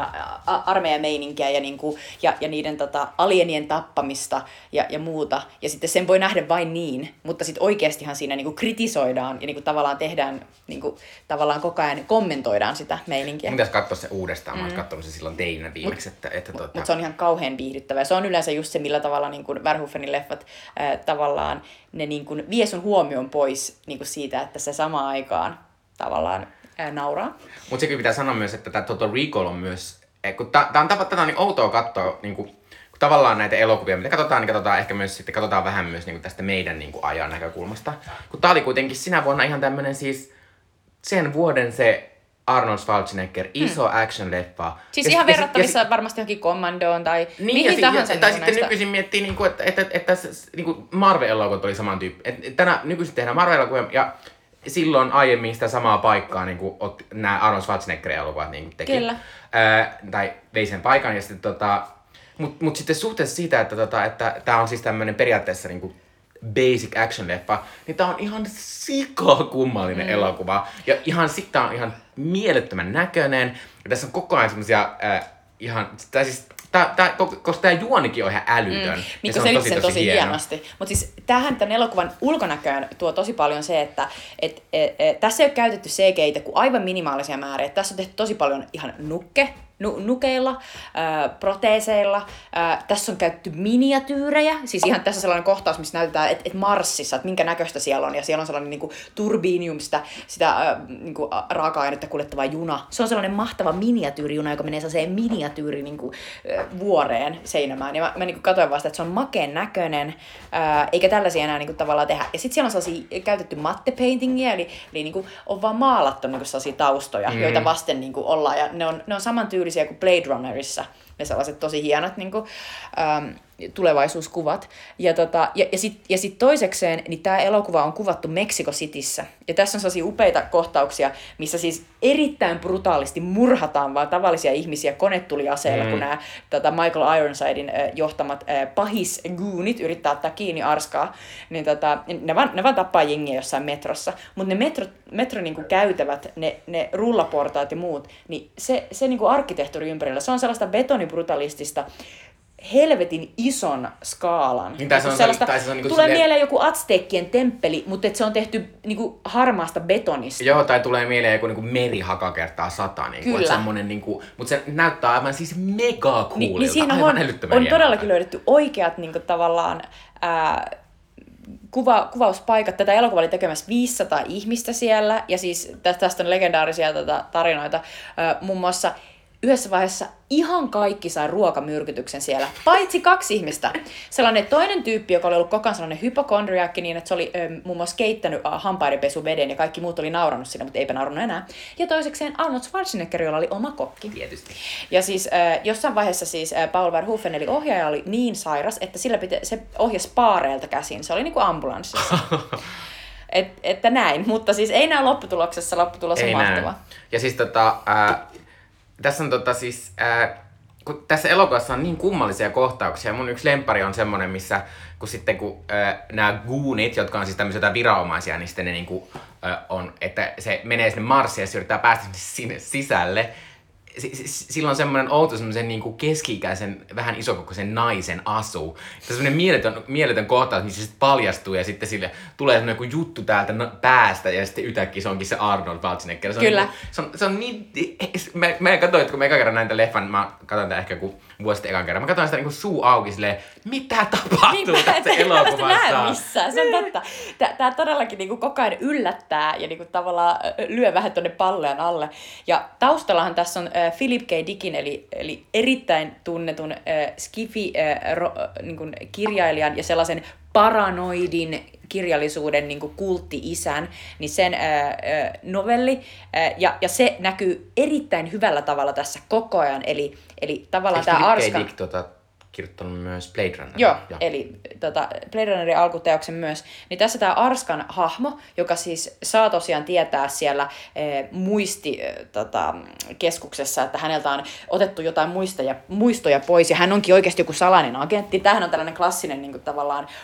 a- armeijameininkiä ja, niinku, ja, ja niiden tota, alienien tappamista ja, ja muuta. Ja sitten sen voi nähdä vain niin, mutta sitten oikeastihan siinä niinku kritisoidaan ja niinku tavallaan tehdään, niinku, tavallaan koko ajan kommentoidaan sitä meininkiä. Pitäisi katsoa se uudestaan. Mm. Mä oon katsonut se silloin teinä viimeksi. Että, että Mutta tota... mut se on ihan kauhean viihdyttävä. Se on yleensä just se, millä tavalla niinku Verhoevenin leffat ää, tavallaan ne niinku vie sun huomion pois niinku siitä, että se samaan aikaan tavallaan ää, nauraa. Mutta sekin pitää sanoa myös, että tämä Total Recall on myös, kun tää, tää on, tätä on niin outoa katsoa, niin kun, kun tavallaan näitä elokuvia, mitä katsotaan, niin katsotaan ehkä myös sitten, katsotaan vähän myös niin tästä meidän niin ajan näkökulmasta. Kun tää oli kuitenkin sinä vuonna ihan tämmönen siis sen vuoden se Arnold Schwarzenegger, iso hmm. action-leffa. Siis ja, ihan ja, verrattavissa ja, ja, varmasti johonkin Commandoon tai niin, mihin ja, tahansa. Ja, tai niin sitten näistä... nykyisin miettii, niin kuin, että, että, että, että, että niin kuin Marvel-elokuvat oli saman tyyppi. Että tänä nykyisin tehdään Marvel-elokuvia ja silloin aiemmin sitä samaa paikkaa niin kuin nämä Arnold Schwarzenegger-elokuvat niin teki. Kyllä. Ää, tai vei sen paikan. Ja sitten, tota, mut, mut sitten suhteessa siitä, että tota, että tää on siis tämmönen periaatteessa niin kuin basic action-leffa, niin tää on ihan sikakummallinen mm. elokuva. Ja ihan sitten on ihan mielettömän näköinen. Ja tässä on koko ajan semmosia äh, ihan, tää siis, tää, tää, koska tää juonikin on ihan älytön. Mm. Mikko selitti sen tosi hieno. hienosti. Mutta siis tähän tämän elokuvan ulkonäköön tuo tosi paljon se, että et, et, et, tässä ei ole käytetty C G I-tä kuin aivan minimaalisia määriä. Tässä on tehty tosi paljon ihan nukke. Nu- nukeilla, äh, proteeseilla. Äh, tässä on käytetty miniatyyrejä. Siis ihan tässä on sellainen kohtaus, missä näytetään, että et Marsissa, että minkä näköistä siellä on. Ja siellä on sellainen niinku turbiinium, sitä, sitä äh, niinku, raaka-ainetta kuljettava juna. Se on sellainen mahtava miniatyyrijuna, joka menee sellaiseen miniatyyri niinku, äh, vuoreen Seinämään. Ja mä, mä niinku katsoin vasta, että se on makeen näköinen, äh, eikä tällaisia enää niinku, tavallaan tehdä. Ja sitten siellä on sellaisia käytetty mattepaintingia, eli, eli niinku, on vaan maalattu niinku, sellaisia taustoja, mm. joita vasten niinku, ollaan. Ja ne on, ne on saman tyylisiä kuin Blade Runnerissa, ne sellaiset tosi hienot niin kuin, ähm, tulevaisuuskuvat. Ja, tota, ja, ja sitten ja sit toisekseen, niin tämä elokuva on kuvattu Mexico Cityssä. Ja tässä on sellaisia upeita kohtauksia, missä siis erittäin brutaalisti murhataan vaan tavallisia ihmisiä konetuliaseilla, mm. kun nämä tota Michael Ironsidein äh, johtamat äh, pahisgoonit yrittää ottaa kiinni arskaa. Niin tota, ne, vaan, ne vaan tappaa jengiä jossain metrossa. Mutta ne metro, metro niinku käytävät, ne, ne rullaportaat ja muut, niin se, se niinku arkkitehtuuri ympärillä, se on sellaista betonibrutalistista, helvetin ison skaalan. Niin, tai se on, sellaista, tai se on niinku tulee silleen... mieleen joku Azteekkien temppeli, mutta se on tehty niinku harmaasta betonista. Joo, tai tulee mieleen joku niinku merihaka kertaa sata. Niinku, Kyllä. Semmonen, niinku, mutta se näyttää aivan siis mega coolilta. Ni, niin siinä aivan on, on todellakin löydetty oikeat niinku, tavallaan ää, kuva, kuvauspaikat. Tätä elokuvaa oli tekemässä viisisataa ihmistä siellä, ja siis tästä on legendaarisia tota, tarinoita. Ää, muun muassa yhdessä vaiheessa ihan kaikki sai ruokamyrkytyksen siellä, paitsi kaksi ihmistä. Sellainen toinen tyyppi, joka oli ollut koko ajan sellainen hypokondriakki, niin että se oli ö, muun muassa keittänyt hampaidenpesuveden ja kaikki muut oli naurannut siinä, mutta eipä naurannut enää. Ja toisekseen Arnold Schwarzenegger, jolla oli oma kokki. Tietysti. Ja siis ö, jossain vaiheessa siis ö, Paul Verhoeven, eli ohjaaja, oli niin sairas, että sillä pitä, se ohjasi paareilta käsin. Se oli niin kuin ambulanssissa. Et, että näin, mutta siis ei näy lopputuloksessa, lopputulos on mahtava. Ja siis tota... Ää... Tässä on tota siis, ää, kun tässä elokuvassa on niin kummallisia kohtauksia. Mun yksi lemppari on semmonen, missä kun sitten kun ää, nämä goonit, jotka on siis tämmöisiä viranomaisia, niin sitten ne niinku, ää, on, että se menee sinne Marsiin ja se yrittää päästä sinne sisälle. Sillä on semmoinen outo semmoisen niin kuin keski-ikäisen, vähän isokokoisen naisen asu. Se on semmoinen mieletön, mieletön kohtaus, missä se sitten paljastuu ja sitten sille tulee semmoinen joku juttu täältä päästä ja sitten yhtäkkiä se onkin se Arnold Schwarzenegger. Se on Kyllä. Niin, se, on, se on niin... Mä, mä katsoin, että kun mä ekan kerran näin tämän leffan, mä katsoin tämän ehkä joku vuosi sitten ekan kerran. Mä katsoin sitä niin kuin suu auki silleen, mitä tapahtuu niin, tässä elokuvassa? Näe missään, se on totta. Tää todellakin niin kuin koko ajan yllättää ja niin kuin tavallaan lyö vähän tuonne pallean alle. Ja taustallahan tässä on Philip K. Dickin, eli, eli erittäin tunnetun äh, Skifi-kirjailijan äh, ja sellaisen paranoidin kirjallisuuden niin kuin kultti-isän, niin sen ää, ää, novelli, ää, ja, ja se näkyy erittäin hyvällä tavalla tässä koko ajan, eli, eli tavallaan tämä Arska... Philip K. Dick tota, kirjoittanut myös Blade Runner. Joo, Joo. eli tota, Blade Runnerin alkuteoksen myös. Niin tässä tämä Arskan hahmo, joka siis saa tosiaan tietää siellä e, muistikeskuksessa, tota, että häneltä on otettu jotain muistoja, muistoja pois, ja hän onkin oikeasti joku salainen agentti. Tämähän on tällainen klassinen niin kuin, tavallaan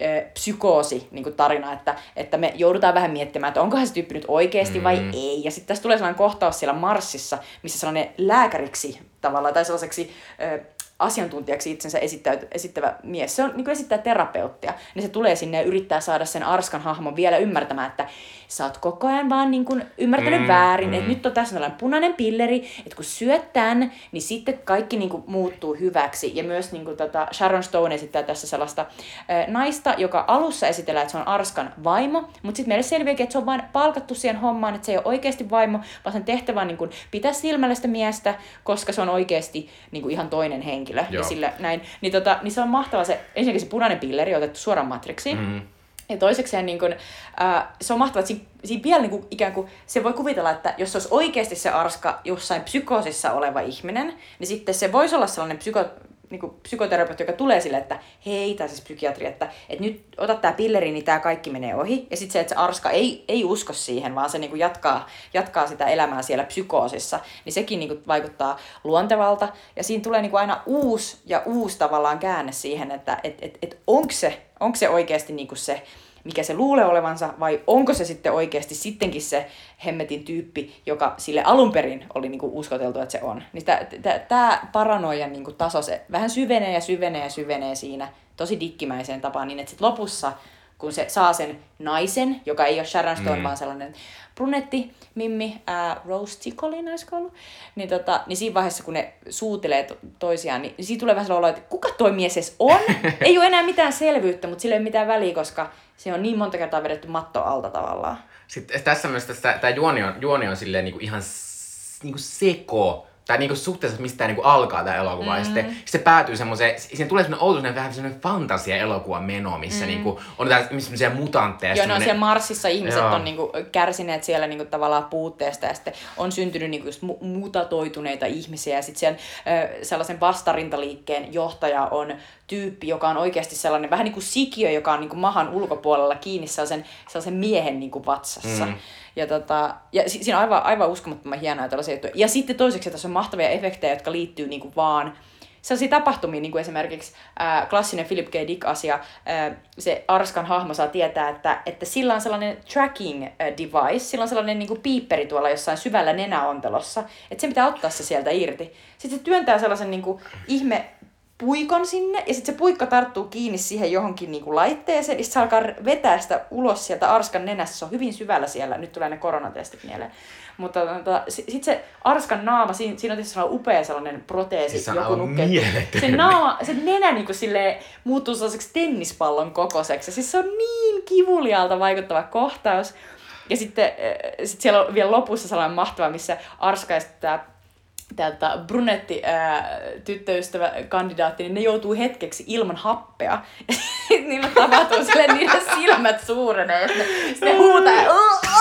psykoosi niin kuin tarina, että, että me joudutaan vähän miettimään, että onkohan se tyyppi nyt oikeasti mm. vai ei. Ja sitten tässä tulee sellainen kohtaus siellä Marsissa, missä sellainen lääkäriksi tavallaan, tai sellaiseksi ö, asiantuntijaksi itsensä esittävä mies, se on, niin kuin esittää terapeuttia, niin se tulee sinne ja yrittää saada sen Arskan hahmon vielä ymmärtämään, että sä oot koko ajan vaan niin kuin ymmärtänyt mm, väärin, mm. että nyt on tässä tällainen punainen pilleri, että kun syöt tämän, niin sitten kaikki niin kuin muuttuu hyväksi. Ja myös niin kuin tota Sharon Stone esittää tässä sellaista äh, naista, joka alussa esitellään, että se on Arskan vaimo, mutta sitten meille selviääkin, että se on vain palkattu siihen hommaan, että se ei ole oikeasti vaimo, vaan sen tehtävä on niin kuin pitää silmällä sitä miestä, koska se on oikeasti niin kuin ihan toinen henkilö. Joo. Ja sillä näin. Niin, tota, niin se on mahtava se, ensinnäkin se punainen pilleri on otettu suoraan Matrixiin. Mm-hmm. Ja toisekseen niin kun, äh, se on mahtavaa, että siinä, siinä vielä niin kun, ikään kuin se voi kuvitella, että jos se olisi oikeasti se Arska jossain psykoosissa oleva ihminen, niin sitten se voisi olla sellainen psyko, niin kuin psykoterapeutti, joka tulee sille, että hei, tai siis psykiatri, että, että nyt ota tää pilleri, niin tää kaikki menee ohi. Ja sitten se, että se Arska ei, ei usko siihen, vaan se niin kuin jatkaa, jatkaa sitä elämää siellä psykoosissa, niin sekin niin kuin vaikuttaa luontevalta. Ja siinä tulee niin kuin aina uusi ja uusi tavallaan käänne siihen, että et, et, et onko se, onko se oikeasti niin kuin se, mikä se luulee olevansa, vai onko se sitten oikeasti sittenkin se hemmetin tyyppi, joka sille alun perin oli niinku uskoteltu, että se on. Niin tämä paranoian niinku taso, se vähän syvenee ja syvenee ja syvenee siinä tosi dikkimäiseen tapaan, niin että sitten lopussa, kun se saa sen naisen, joka ei ole Sharon Stone, mm. vaan sellainen brunetti, mimmi, ää, Rose Ticollin olisiko ollut, niin, tota, niin siinä vaiheessa, kun ne suutelee to- toisiaan, niin siitä tulee vähän sellainen olo, että kuka toi mies edes on? Ei ole enää mitään selvyyttä, mutta sillä ei ole mitään väliä, koska se on niin monta kertaa vedetty matto alta tavallaan. Sitten tässä myös tämä juoni on, juoni on silleen niinku ihan niinku seko. Tai niinku suhteessa, mistä tämä niinku alkaa tämä elokuva. Mm-hmm. Ja sitten se päätyy semmoiseen, siihen tulee semmoinen outoinen vähän semmoinen fantasia-elokuvan meno, missä mm-hmm. niinku on semmoisia mutantteja. Joo, no siellä Marsissa ihmiset Joo. on niinku kärsineet siellä niinku tavallaan puutteesta ja sitten on syntynyt niinku just mu- mutatoituneita ihmisiä. Ja sitten siellä äh, sellaisen vastarintaliikkeen johtaja on tyyppi, joka on oikeasti sellainen vähän niin kuin sikiö, joka on niinku mahan ulkopuolella kiinni sellaisen, sellaisen miehen niinku vatsassa. Mm. Ja, tota, ja si- siinä on aivan, aivan uskomattoman hienoja tällaisia juttuja. Ja sitten toiseksi tässä on mahtavia efektejä, jotka liittyy niinku vaan sellaisia tapahtumia, niin kuin esimerkiksi ää, klassinen Philip K. Dick-asia, ää, se Arskan hahmo saa tietää, että, että sillä on sellainen tracking device, sillä on sellainen niin kuin piipperi tuolla jossain syvällä nenäontelossa, että se pitää ottaa se sieltä irti. Sitten se työntää sellaisen niin kuin ihme puikon sinne, ja sitten se puikko tarttuu kiinni siihen johonkin niinku laitteeseen, ja sitten se alkaa vetää sitä ulos sieltä Arskan nenästä, se on hyvin syvällä siellä, nyt tulee ne koronatestit mieleen. Mutta tota, sitten se Arskan naama, siinä, siinä on tietysti sellainen upea sellainen proteesi, se joku nukke. Se naama, se nenä niinku silleen muuttuu sellaiseksi tennispallon kokoiseksi, ja siis se on niin kivulialta vaikuttava kohtaus. Ja sitten sit siellä on vielä lopussa sellainen mahtava, missä Arska ja tämä Täältä brunetti ää, tyttöystävä kandidaatti, niin ne joutuu hetkeksi ilman happea. Niillä tapahtuu silleen, niiden silmät suurenee. Sitten ne huutaa ja,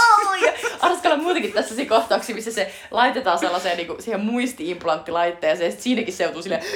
ja Arskalla on muutenkin tässä siinä kohtauksia, missä se laitetaan sellaiseen niin kuin, siihen muisti-implanttilaitteeseen. Ja sitten siinäkin se joutuu silleen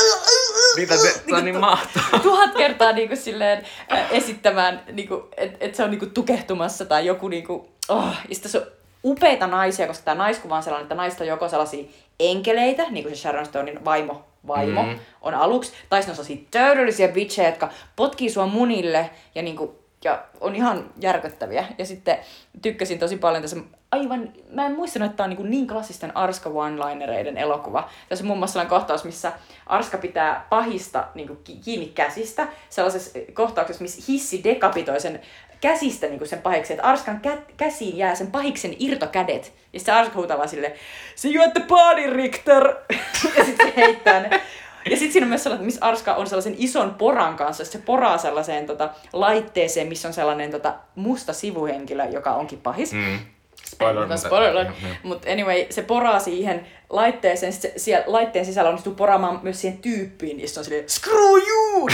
Niitä se, se on niin mahtavaa. Tuhat kertaa niin kuin, silleen, ää, esittämään, niin että et se on niin kuin, tukehtumassa tai joku niin kuin, oh, ja sitten se on upeita naisia, koska tämä naiskuva on sellainen, että naiset on joko sellaisia enkeleitä, niin kuin se Sharon Stonein vaimo, vaimo mm. on aluksi, tai ne on sellaisia täydellisiä bitchejä, jotka potkii sua munille ja, niin kuin, ja on ihan järkyttäviä. Ja sitten tykkäsin tosi paljon tässä aivan, mä en muistanut, että tämä on niin, niin klassisten Arska one-linereiden elokuva. Tässä on muun muassa sellainen kohtaus, missä Arska pitää pahista niin kuin kiinni käsistä, sellaisessa kohtauksessa, missä hissi dekapitoi sen käsistä niin sen pahiksi, että Arskan kä- käsiin jää sen pahiksen irtokädet. Ja sitten Arska huutaa vaan silleen, see you at the party, Richter! Ja sitten se heittää ne. Ja sitten siinä on myös sellainen, missä Arska on sellaisen ison poran kanssa, se poraa sellaiseen tota, laitteeseen, missä on sellainen tota, musta sivuhenkilö, joka onkin pahis. Mm. Spoiler, mutta... Spoiler. Mutta anyway, se poraa siihen laitteeseen, se, siellä laitteen sisällä onnistuu poraamaan myös siihen tyyppiin, ja sitten on silleen, screw you!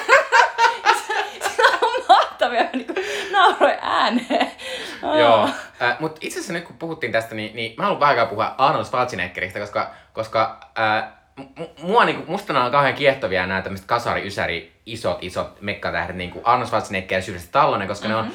Niin nauroi ääneen. Oh. Joo, äh, mutta itse asiassa nyt kun puhuttiin tästä, niin, niin mä haluan vähän aikaa puhua Arnold Schwarzeneggeristä, koska, koska äh, m- mua, niin kuin, musta nämä on kauhean kiehtovia nämä tämmöiset kasari, ysäri, isot, isot mekkatähdet, niin kuin Arnold Schwarzenegger ja Sylvester Stallone, koska mm-hmm. ne on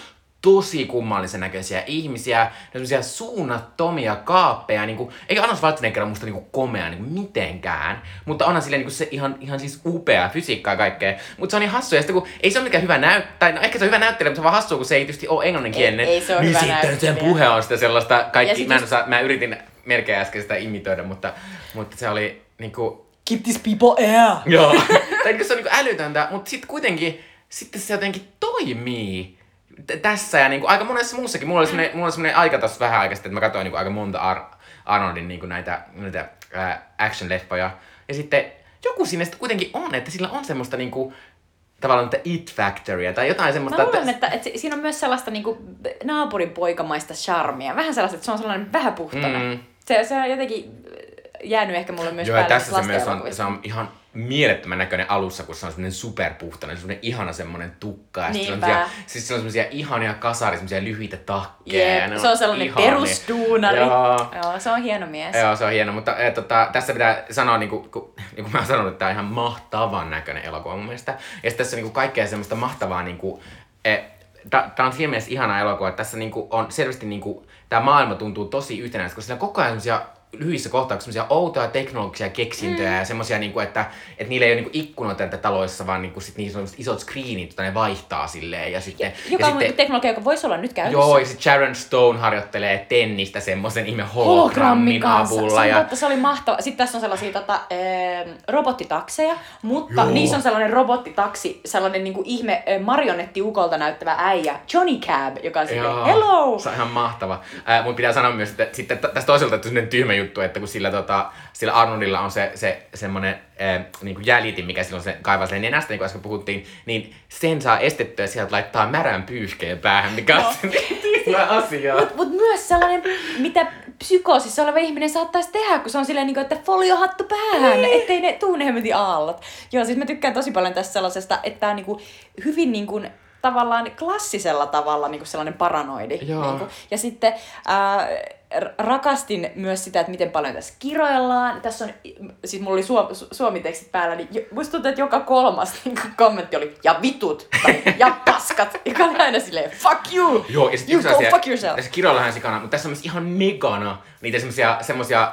tosi kummallisen näköisiä ihmisiä, semmoisia suunnattomia kaappeja, niinku, eikä Arnold Schwarzenegger ole musta niinku komea niinku mitenkään, mutta onhan silleen niinku se ihan, ihan siis upea fysiikkaa ja kaikkea, mutta se on niin hassua, ja sitten kun ei se ole mikään hyvä näyttää, no ehkä se on hyvä näyttelijä, mutta se on vaan hassua, kun se ei tietysti ole englanninkielinen, ei, ei se ole niin hyvä sitten näyttelijä. sen puhe on sitä sellaista, kaikki, mä, en just... osaa, mä yritin melkein äsken sitä imitoida, mutta, mutta se oli niinku... Keep these people air! Joo, tai se on niinku älytöntä, mutta sitten kuitenkin, sitten se jotenkin toimii t- tässä ja niinku aika monessa muussakin. Mulla oli semmonen, mulla oli semmonen aika tossa vähän aikaisesti, että mä katsoin niinku aika monta Ar- Arnoldin niinku näitä, näitä ää, action-leffoja. Ja sitten joku siinä sitten kuitenkin on, että sillä on semmoista niinku tavallaan it-factoria tai jotain semmoista... Mä luulen, että, että siinä on myös sellaista niinku naapurin poikamaista charmia. Vähän sellaista, että se on sellainen vähäpuhtoinen. Mm. Se, se on jotenkin jäänyt ehkä mulle myös Joo, ja päälle tässä se myös on, se on ihan mielettömän näköinen alussa, kun se on semmoinen superpuhtainen, semmoinen ihana semmoinen tukka. Ja Niinpä. Siis se on semmoisia ihania kasari, semmoisia lyhyitä takkeja. Jep, se on sellainen ihania. perusduunari. Joo. Joo, se on hieno mies. Joo, se on hieno, mutta eh, tota, tässä pitää sanoa, niin kuin, kun, niin kuin mä oon sanonut, että tää on ihan mahtavan näköinen elokuva mun mielestä. Ja sitten tässä on niin kuin kaikkea semmoista mahtavaa, niin kuin, eh, tää, tää on siinä mielessä ihana elokuva, että tässä niin kuin, on selvästi, niin kuin, tää maailma tuntuu tosi yhtenäistä, koska sillä on koko ajan semmosia lyhyissä kohtauksissa semmosia outoja teknologisia keksintöjä mm. ja semmosia niinku, että et niillä ei ole niinku ikkunoita entä taloissa, vaan niinku sit niissä on isot screenit, joita ne vaihtaa silleen ja sitten... Joka ja on sitten, teknologia, joka voisi olla nyt käytössä. joo, ja sit Sharon Stone harjoittelee tennistä semmosen ihme hologrammin avulla. Se, ja... totta, se oli mahtava. Sitten tässä on sellaisia tota, äh, robottitakseja, mutta joo. niissä on sellainen robottitaksi, sellainen niinku ihme äh, marionettiukolta näyttävä äijä, Johnny Cab, joka on silleen, hello! Se on ihan mahtava. Äh, mun pitää sanoa myös, että sitten tästä toiselta että sellainen tyhmä juttu, että kun sillä, tota, sillä Arnoldilla on se, se semmonen äh, niinku jäljitin, mikä silloin se kaivaa sen nenästä, niin kuin äsken puhuttiin, niin sen saa estettyä ja sieltä laittaa märän pyyhkeen päähän, mikä on no. se asia. Mutta mut myös sellainen, mitä psykoosissa oleva ihminen saattaisi tehdä, kun se on silleen, että foliohattu päähän, niin. ettei ne tuu ne hemmetin aallot. Joo, siis mä tykkään tosi paljon tästä sellaisesta, että tää on niinku hyvin niinku tavallaan klassisella tavalla niinku sellainen paranoidi. Niinku. Ja sitten ää, rakastin myös sitä, että miten paljon tässä kiroillaan. Tässä on, siis mulla oli suom, su, suomitekstit päällä, niin musta tuntuu, että joka kolmas niin kommentti oli ja vitut tai ja paskat, joka oli aina silleen fuck you, joo, ja sit you go asia, fuck yourself. Tässä kiroillaan sikana, mutta tässä on myös ihan megana niitä semmosia, semmosia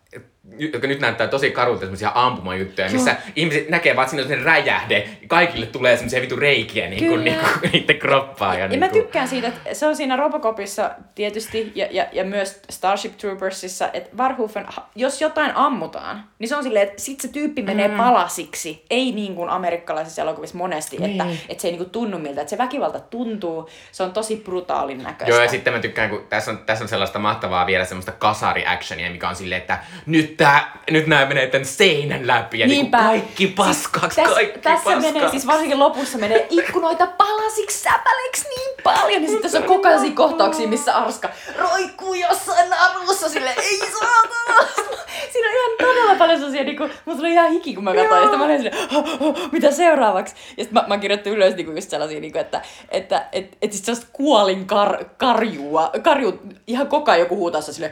jotka nyt näyttää tosi karulta semmosia ampumajuttuja, missä joo. ihmiset näkee vaan, että siinä on semmoinen räjähde, kaikille tulee semmosia vitu reikiä niinku, niinku, niitten kroppaa. Ja, ja niinku. Mä tykkään siitä, että se on siinä Robocopissa tietysti ja, ja, ja myös Starship Troopersissa, että Verhoeven, jos jotain ammutaan, niin se on silleen, että sit se tyyppi menee mm. palasiksi. Ei niin kuin amerikkalaisissa elokuvissa monesti, niin. että, että se ei niinku tunnu miltä, että se väkivalta tuntuu, se on tosi brutaalin näköistä. Joo, ja sitten mä tykkään, kun tässä on, tässä on sellaista mahtavaa vielä semmoista kasari-actionia, mikä on silleen, että nyt Tää, nyt nää menee tän seinän läpi ja niinku kaikki paskaksi, siis kaikki tässä paskaksi. Menee, siis varsinkin lopussa menee ikkunoita palasiksi, säpäleiksi niin paljon. Ja sitten tässä on koko ajan kohtauksia, missä Arska roikkuu jossain narussa silleen, ei saatana. Siinä on ihan todella paljon sellaisia, niinku, mulla tuli ihan hiki, kun mä katsoin. Ja sitten mä olin silleen, oh, oh, mitä seuraavaksi? Ja sitten mä, mä kirjoitin ylös niinku just sellaisia, niinku, että että et, et siis sellaista kuolin kar, karjua, karju, ihan koko ajan joku huutaa silleen,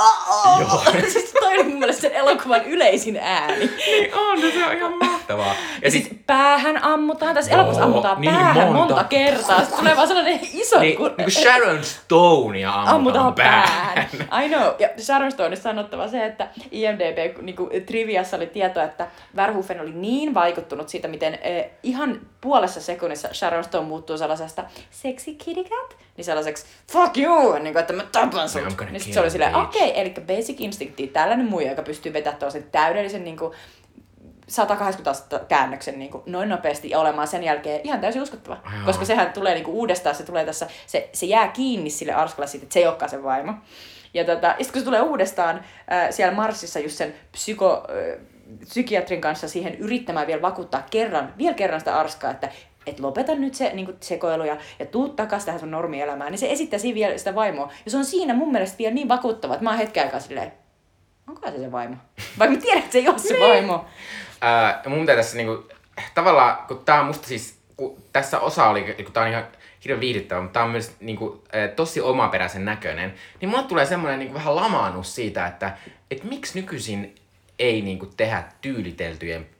joo. Siis toi oli mun mielestä sen elokuvan yleisin ääni. Niin on, se on ihan mahtavaa. Ja, ja sit, sit päähän ammutaan, tässä elokuvassa ammutaan niin päähän monta, monta kertaa. Sitten tulee vaan sellainen iso... Niin, kun, niin kuin Sharon Stonea ammutaan, ammutaan päähän. päähän. I know. Ja Sharon Stoneista sanottava se, että I M D B niin kuin triviassa oli tietoa, että Verhoeven oli niin vaikuttunut siitä, miten eh, ihan puolessa sekunnissa Sharon Stone muuttuu sellaisesta sexy kitty cat, niin sellaiseksi fuck you, niin kuin, että mä tapan sut. Niin sit se oli silleen, okei, okay, eli Basic Instincti, tällainen muija, joka pystyy vetämään tuollaisen täydellisen niin kuin, sata kahdeksankymmentä astetta käännöksen niin kuin, noin nopeasti ja olemaan sen jälkeen ihan täysin uskottava. Ajaa. Koska sehän tulee niin kuin, uudestaan, se tulee tässä, se, se jää kiinni sille Arskalle siitä, että se ei olekaan sen vaimo. Ja, tota, ja sitten kun se tulee uudestaan äh, siellä Marsissa just sen psyko, äh, psykiatrin kanssa siihen yrittämään vielä vakuuttaa kerran, vielä kerran sitä Arskaa, että et lopeta nyt se niin sekoilu ja, ja tuu takas tähän sun normielämään, niin se esittää siinä vielä sitä vaimoa. Ja se on siinä mun mielestä vielä niin vakuuttava, että mä oon hetken aikaa silleen, onko se se vaimo? Vaikka mä tiedän, että se ei ole se vaimo. Ää, mun pitää tässä niinku, tavallaan, kun tää on musta siis, kun tässä osa oli, kun tää on ihan hirveän viihdyttävä, mutta tää on myös niinku, tosi omaperäisen näköinen, niin mulle tulee semmoinen niinku vähän lamaannus siitä, että et miksi nykyisin ei niinku tehdä tyyliteltyjen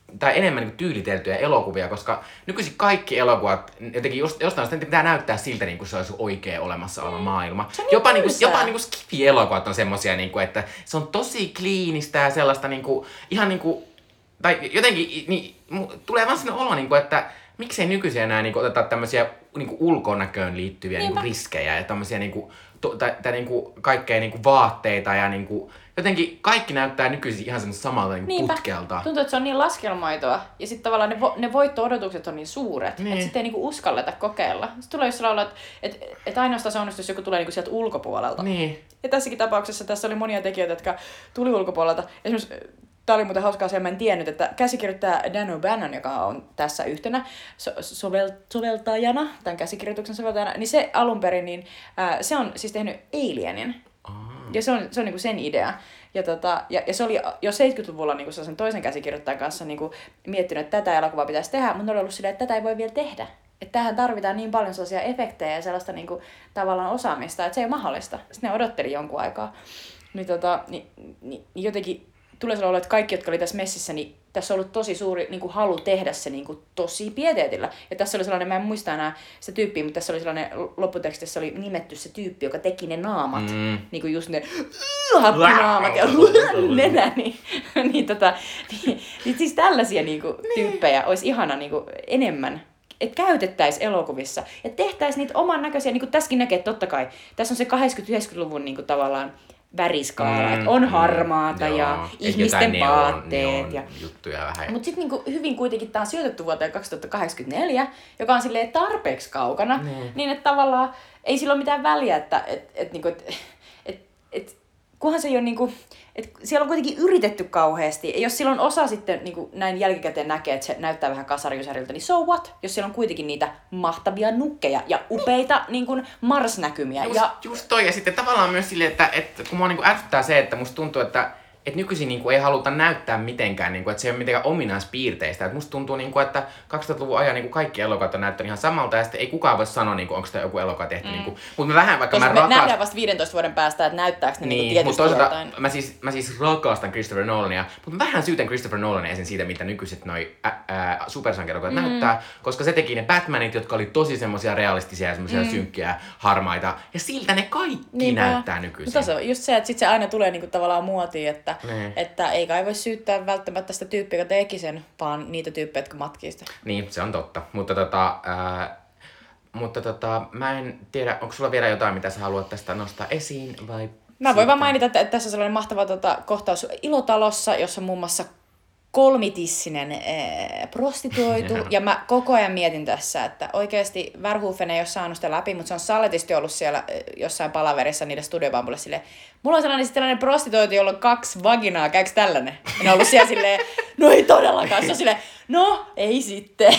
tai enemmän niin tyyliteltyjä elokuvia, koska nykyisin kaikki elokuvat, jotenkin just, jostain sitä pitää näyttää siltä, niin kuin se olisi oikea olemassa oleva maailma. Se on niin jopa niin kuin, tylsää. jopa niin kuin skifi-elokuvat on semmosia, niin kuin, että se on tosi kliinistä ja sellaista niin kuin, ihan niin kuin, tai jotenkin niin, mu- tulee vaan sellainen olo, niin kuin, että miksei nykyisin enää niin kuin, oteta tämmöisiä niin kuin ulkonäköön liittyviä niin kuin riskejä ja tämmöisiä niin kuin, to, tai, tai niin kuin, kaikkea niin kuin vaatteita ja niin kuin, jotenkin kaikki näyttää nykyisin ihan semmoista samalta niin kuin putkelta. Tuntuu, että se on niin laskelmoitua. Ja sitten tavallaan ne, vo- ne voitto-odotukset on niin suuret, Niin. että sitten ei niinku uskalleta kokeilla. Sitten tulee just sellainen, että et, et ainoastaan se onnistuu, jos joku tulee niinku sieltä ulkopuolelta. Niin. Ja tässäkin tapauksessa tässä oli monia tekijöitä, jotka tuli ulkopuolelta. Esimerkiksi tämä oli muuten hauska asia, mä en tiennyt, että käsikirjoittaja Dan O'Bannon, joka on tässä yhtenä so- sovel- soveltajana, tämän käsikirjoituksen soveltajana, niin se alun perin, niin, ää, se on siis tehnyt Alienin. Ja se on, se on niinku sen idea. Ja, tota, ja, ja se oli jo seitsemänkymmentäluvulla niinku sen toisen käsikirjoittajan kanssa niinku miettinyt, että tätä elokuvaa pitäisi tehdä, mutta ne oli ollut silleen, että tätä ei voi vielä tehdä. Että tähän tarvitaan niin paljon sellaisia efektejä ja sellaista niinku, tavallaan osaamista, että se ei ole mahdollista. Sitten ne odotteli jonkun aikaa. Niin, tota, niin, niin, niin jotenkin tulee sellainen olo, että kaikki, jotka oli tässä messissä, niin tässä on ollut tosi suuri niin kuin, halu tehdä se niin kuin, tosi pieteetillä. Ja tässä oli sellainen, mä en muista enää sitä tyyppiä, mutta tässä oli sellainen lopputekstissä oli nimetty se tyyppi, joka teki ne naamat. Mm. Niin kuin just ne happinaamat ja nenä. Niin, niin, tota, niin, niin siis tällaisia niin kuin, tyyppejä olisi ihana niin kuin, enemmän. Että käytettäisiin elokuvissa ja tehtäisiin niitä oman näköisiä, niin kuin tässäkin näkee, että totta kai, tässä on se kahdeksankymmentä-yhdeksänkymmentäluvun niin kuin, tavallaan väriskaala, mm, että on harmaata mm, ja joo, ihmisten vaatteet. Ja juttuja vähän. Mutta sitten niinku, hyvin kuitenkin tämä on sijoitettu vuoteen kaksituhattakahdeksankymmentäneljä, joka on silleen tarpeeksi kaukana, mm. niin että tavallaan ei sillä ole mitään väliä, että et, et, niinku, et, et, et, kunhan se ei ole niinku, et siellä on kuitenkin yritetty kauheasti. Ja jos silloin osa sitten niinku, näin jälkikäteen näkee, että se näyttää vähän kasariysäriltä, niin so what? Jos siellä on kuitenkin niitä mahtavia nukkeja ja upeita niinku, Mars-näkymiä. Just, ja just toi. Ja sitten tavallaan myös silleen, että, että kun mua niinku ärsyttää se, että musta tuntuu, että että nykyisin niinku ei haluta näyttää mitenkään, niinku, että se ei ole mitenkään ominaispiirteistä. Et musta tuntuu, niinku, että kaksituhattaluvun ajan niinku kaikki elokuvat on näyttänyt ihan samalta ja sitten ei kukaan voi sanoa, niinku, onko tämä joku elokuva tehty. Mm. Niinku. Mutta vähän vaikka Koska mä me rakastan... nähdään vasta viidentoista vuoden päästä, että näyttääkö ne niin, niinku tietysti mutta jotain. mä siis, mä siis rakastan Christopher Nolania, mutta mä vähän syytän Christopher Nolania esim. Siitä, mitä nykyiset noi supersankarelokuvat mm. näyttää, koska se teki ne Batmanit, jotka oli tosi semmosia realistisia ja semmosia mm. synkkiä, harmaita, ja siltä ne kaikki Niinpä. Näyttää nykyisin. Mutta se on just se, että sit se aina tulee niinku tavallaan muotiin, että, mm. että ei kai voi syyttää välttämättä sitä tyyppiä, joka teki sen, vaan niitä tyyppejä, jotka matkii sitä. Niin, se on totta. Mutta tota, ää, mutta tota, mä en tiedä, onko sulla vielä jotain, mitä sä haluat tästä nostaa esiin vai... Mä voin vaan mainita, että tässä on sellainen mahtava tota, kohtaus Ilotalossa, jossa on muun muassa kolmitissinen ee, prostituoitu. Ja mä koko ajan mietin tässä, että oikeasti Verhoeven ei ole saanut sitä läpi, mutta se on saletisti ollut siellä jossain palaverissa niille studiobambulle silleen, mulla on sellainen, sellainen prostituoitu, jolla on kaksi vaginaa, käykö tällainen? Ja ne on ollut siellä silleen, no ei todellakaan. Se on silleen, no ei sitten.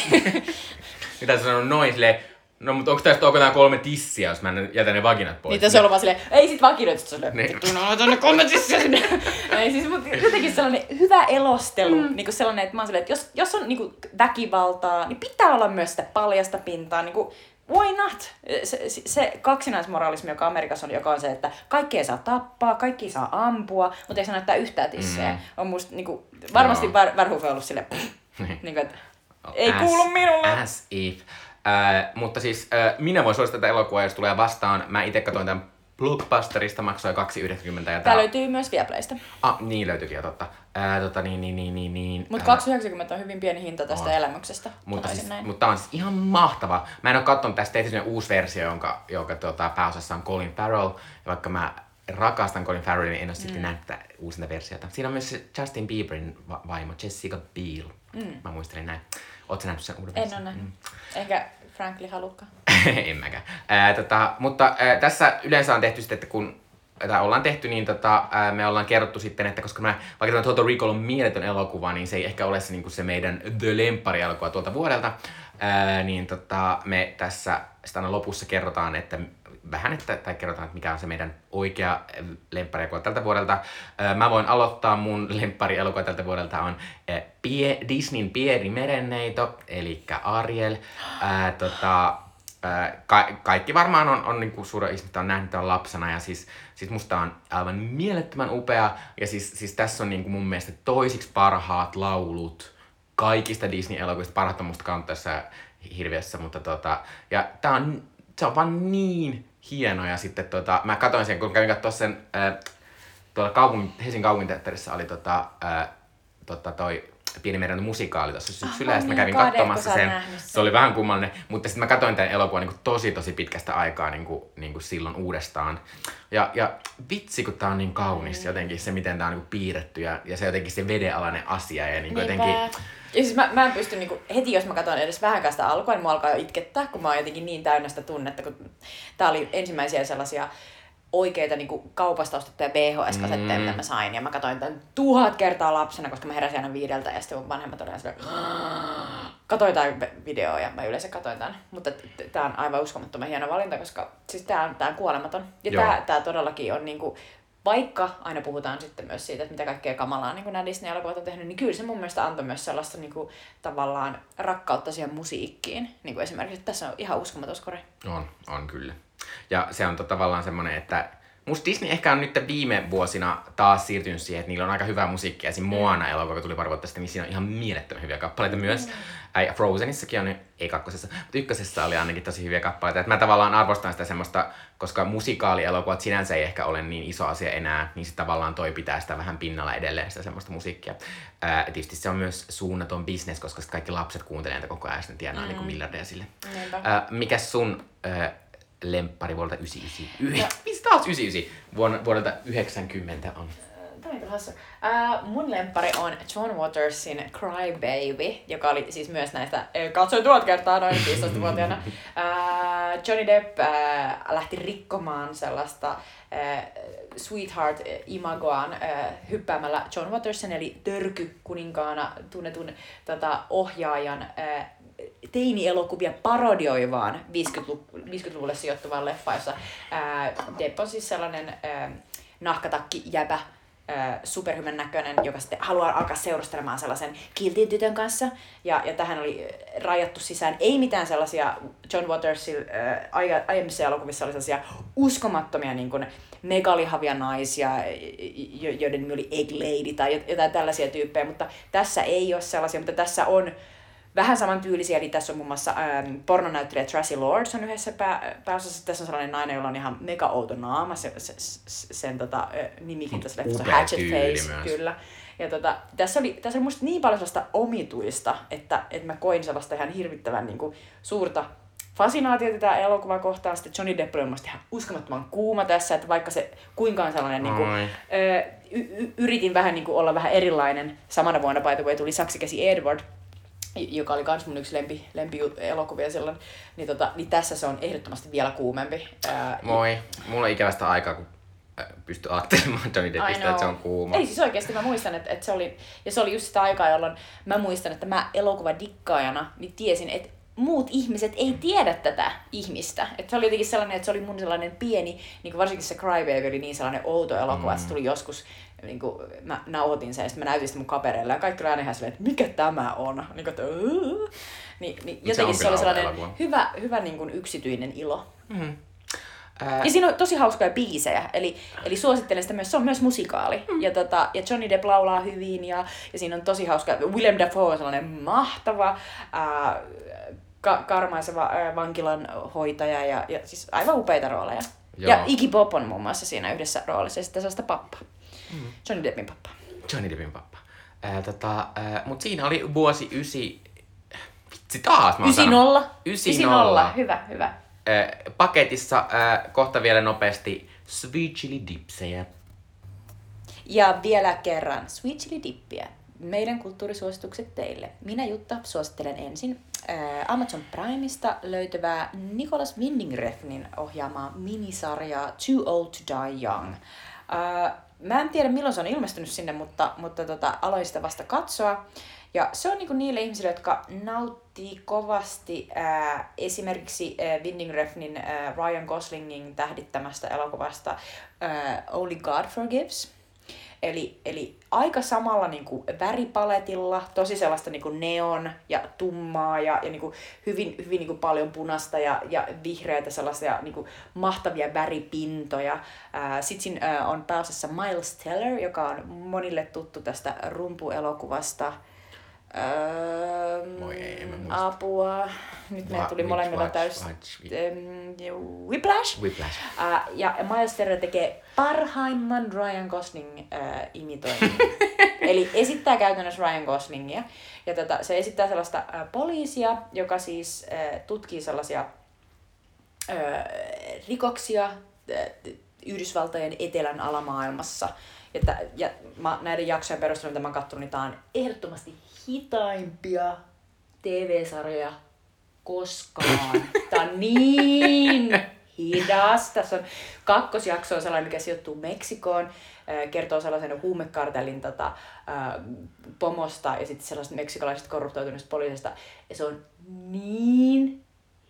Mitä sä sanonut noin silleen, no mutta onko tästä onko tää kolme tissiä, jos mä jätän ne vaginat pois? Niitä se on ollut vaan silleen, ei sit vaginoita, sit se on silleen, niin. vittu, no tonne kolme tissiä sinne. Ei siis, mutta jotenkin sellainen hyvä elostelu, mm. niin kuin sellainen, että mä oon silleen, että jos, jos on niin kuin väkivaltaa, niin pitää olla myös sitä paljasta pintaa, niin kuin, why not? Se, se kaksinaismoralismi, joka Amerikassa on, joka on se, että kaikki ei saa tappaa, kaikki ei saa ampua, mutta ei saa näyttää yhtään tissejä. Mm. On musta niin kuin, varmasti no. Verhoeven ollut silleen, niin kuin, että ei as, kuulu minulle. As if. Äh, mutta siis äh, minä voin suosittaa tätä elokuvaa, jos tulee vastaan. Mä itse katsoin tämän Blockbusterista, maksoi kaksi yhdeksänkymmentä. Ja tää, tää löytyy myös Viaplaysta. Ah, niin löytyykin jo, totta. Äh, tota, niin, niin, niin, niin, niin. Mutta kaksi yhdeksänkymmentä on hyvin pieni hinta tästä on. Elämyksestä. Mutta siis, mut tää on siis ihan mahtava. Mä en oo kattonut tästä, tehty uusi versio, jonka, jonka tota, pääosassa on Colin Farrell. Ja vaikka mä rakastan Colin Farrellin, niin en oo mm. sitten nähnyt tätä uusinta versiota. Siinä on myös Justin Bieberin va- vaimo, Jessica Biel. Mm. Mä muistelin näin. Ootko sä nähnyt sen uuden version? En oo nähnyt. Mm. Ehkä Frankly halukka. en mäkään. Ää, tota, mutta ää, tässä yleensä on tehty sitten, että kun tätä ollaan tehty, niin tota, ää, me ollaan kerrottu sitten, että koska mä, vaikka tämä Total Recall on mieletön elokuva, niin se ei ehkä ole se, niin se meidän The Lemppari-elokuva tuolta vuodelta. Ää, niin tota, me tässä sitä aina lopussa kerrotaan, että vähän, että, tai kerrotaan, että mikä on se meidän oikea lemppari-elokuva tältä vuodelta. Ää, mä voin aloittaa, mun lemppari-elokuva tältä vuodelta on ää, Pie, Disneyn Pieni merenneito, eli Ariel. Ää, tota, ää, ka- kaikki varmaan on, on niinku suurin ihmiset on nähnyt tämän lapsena, ja siis, siis musta on aivan mielettömän upea, ja siis, siis tässä on niinku mun mielestä toisiksi parhaat laulut kaikista Disney-elokuvista. Parhaat on musta Countessa hirviössä, mutta tota... Ja tää on, se on vaan niin hieno. Ja sitten tota, mä katsoin sen, kun kävin katsoa sen... Äh, tuolla kaupungin, Helsingin kaupunginteatterissa oli tota, äh, tota toi... Pieni meidän musikaali tuossa syksyllä, ah, ja sitten mä kävin kade, katsomassa sen. sen. Se oli vähän kummallinen, mutta sitten mä katsoin tämän elokuvan niin tosi tosi pitkästä aikaa niin kuin, niin kuin silloin uudestaan. Ja, ja vitsi, kun tää on niin kaunis, mm. jotenkin se, miten tää on niin kuin piirretty, ja, ja se jotenkin se vedenalainen asia. Ja niin kuin jotenkin... Ja siis mä, mä en pysty niinku, heti jos mä katson edes vähän sitä alkua, niin mua alkaa jo itkettää, kun mä oon jotenkin niin täynnä sitä tunnetta, kun tää oli ensimmäisiä sellaisia oikeita niinku kaupasta ostettuja V H S-kasetteja, mm. mitä mä sain. Ja mä katsoin tämän tuhat kertaa lapsena, koska mä heräsin aina viideltä ja sitten mun vanhemmat olivat silleen, katsoin tämän videoa ja mä yleensä katsoin tämän. Mutta t- tää on aivan uskomattoman hieno valinta, koska siis tää on, tää on kuolematon. Ja tää, tää todellakin on niinku, vaikka aina puhutaan sitten myös siitä, että mitä kaikkea kamalaa niin nämä Disney-elokuvat on tehnyt, niin kyllä se mun mielestä antoi myös sellaista niin kuin, tavallaan rakkautta siihen musiikkiin. Niin kuin esimerkiksi, että tässä on ihan uskomaton skori. On, on kyllä. Ja se on to, tavallaan semmoinen, että musta Disney ehkä on nyt viime vuosina taas siirtynyt siihen, että niillä on aika hyvää musiikkia. Esim. Moana-elokuva, joka tuli pari vuotta sitten, niin siinä on ihan mielettömän hyviä kappaleita mm. myös. Ja Frozenissakin on, ei kakkosessa, mutta ykkösessä oli ainakin tosi hyviä kappaleita. Että mä tavallaan arvostan sitä semmoista, koska musikaalielokuvat sinänsä ei ehkä ole niin iso asia enää, niin se tavallaan toi pitää sitä vähän pinnalla edelleen, sitä semmoista musiikkia. Ää, tietysti se on myös suunnaton business, koska kaikki lapset kuuntelee niitä koko ajan, ja tienaa mm. niin kuin miljardeja sille. Ää, mikäs sun... Ää, lemppari vuodelta yhdeksänkymmentäyhdeksän. Mistä taas yhdeksänkymmentäyhdeksän? Vuonna, vuodelta yhdeksänkymmentä on. Tämä on hassu. Uh, mun lemppari on John Watersin Cry Baby, joka oli siis myös näistä, katsoin tuhat kertaa noin viisitoistavuotiaana. Uh, Johnny Depp uh, lähti rikkomaan sellaista uh, sweetheart-imagoaan uh, hyppäämällä John Watersin eli Törky-kuninkaana tunnetun tota, ohjaajan uh, teini-elokuvia parodioivaan viisikymmentäluvulle sijoittuvaan leffaan, jossa ää, Depp on siis sellainen ää, nahkatakki-jäbä, ää, superhyvän näköinen, joka sitten haluaa alkaa seurustelemaan sellaisen kiltin tytön kanssa. Ja, ja tähän oli rajattu sisään ei mitään sellaisia, John Watersin ää, aiemmissa elokuvissa oli sellaisia uskomattomia niin kuin megalihavia naisia, joiden nimi oli Egg Lady tai jotain tällaisia tyyppejä, mutta tässä ei ole sellaisia, mutta tässä on vähän samantyylisiä, eli tässä on muun muassa ähm, pornonäyttelijä Tracy Lords on yhdessä pää, pääosassa. Tässä on sellainen nainen, jolla on ihan mega outo naama, se, se, se, sen tota, nimikin tässä leffassa on Hatchet Face, myös. Kyllä. Ja tota, tässä oli, tässä oli musta niin paljon sellaista omituista, että, että mä koin sellaista ihan hirvittävän niin kuin, suurta fasinaatiota tätä elokuvaa kohtaan. Sitten Johnny Depp oli musta ihan uskomattoman kuuma tässä, että vaikka se kuinka on sellainen, niin kuin, ö, y- y- yritin vähän niin kuin, olla vähän erilainen. Samana vuonna by the way tuli Saksikäsi Edward, joka oli kans mun yksi lempi, lempi elokuvia silloin, niin, tota, niin tässä se on ehdottomasti vielä kuumempi. Ää, Moi. Mulla on ikävästä aikaa, kun pystyi ajattelemaan Johnny Deppistä, että se on kuuma. Ei siis oikeesti mä muistan, että, että se oli, ja se oli just sitä aikaa, jolloin mä muistan, että mä elokuvadikkaajana niin tiesin, että muut ihmiset ei tiedä tätä ihmistä. Että se oli jotenkin sellainen, että se oli mun sellainen pieni, niin kuin varsinkin se Cry Baby oli niin sellainen outo elokuva, mm. että se tuli joskus, niin kuin, mä nauhoitin sen ja sitten mä näytin sitä mun kavereille ja kaikki oli aina ihan silleen, että mikä tämä on? Niin kuin, että, niin, niin jotenkin se, se oli sellainen elokuva. hyvä, hyvä niin kuin yksityinen ilo. Mm. Ää... Ja siinä on tosi hauskoja biisejä, eli, eli suosittelen sitä myös, se on myös musikaali. Mm. Ja, tota, ja Johnny Depp laulaa hyvin ja, ja siinä on tosi hauska, Willem Dafoe on sellainen mahtava, ää, ka- karmaiseva ää, vankilan hoitaja ja, ja siis aivan upeita rooleja. Joo. Ja Iggy Pop on muun muassa siinä yhdessä roolissa ja sitten sellaista pappaa. Mm. Johnny Deppin pappa. Johnny Deppin pappa. Ää, tota, ää, mut siinä oli vuosi ysi... Vitsi taas mä oon Ysi nolla. Ysi nolla. Hyvä, hyvä. Ää, paketissa ää, kohta vielä nopeasti Sweet Chili Dipsejä. Ja vielä kerran Sweet Chili Dippiä. Meidän kulttuurisuositukset teille. Minä Jutta suosittelen ensin ää, Amazon Primeista löytyvää Nicholas Winding Refnin ohjaamaa minisarjaa Too Old to Die Young. Ää, Mä en tiedä milloin se on ilmestynyt sinne, mutta, mutta tota, aloin sitä vasta katsoa. Ja se on niinku niille ihmisille, jotka nauttii kovasti ää, esimerkiksi ää, Winding Refnin ää, Ryan Goslingin tähdittämästä elokuvasta ää, Only God Forgives. Eli, eli aika samalla niinku väripaletilla, tosi sellaista niinku neon ja tummaa ja, ja niinku hyvin, hyvin niinku paljon punaista ja, ja vihreitä sellaisia niinku mahtavia väripintoja. Sitten siinä on pääosassa Miles Teller, joka on monille tuttu tästä rumpuelokuvasta. Öö, Moi ei, en mä muista. apua. Nyt meillä Va- tuli which molemmilla watch, täys... watch, which- Ähm, Whiplash. Whiplash. Uh, ja Miles Teller tekee parhaimman Ryan Gosling uh, imitoinnin. Eli esittää käytännössä Ryan Goslingia. Ja tota, se esittää sellaista uh, poliisia, joka siis uh, tutkii sellaisia uh, rikoksia uh, Yhdysvaltojen etelän alamaailmassa. Ja, t- ja mä, näiden jaksojen perusteella, mitä mä oon kattonut, niin tää on ehdottomasti hitaimpia T V-sarjoja koskaan. Tää on niin hidas. Tässä on kakkosjakso on sellainen, mikä sijoittuu Meksikoon. Kertoo sellaisen huumekartellin tota, pomosta ja sitten sellaisesta meksikolaisesta korruptoituneesta poliisista. Ja se on niin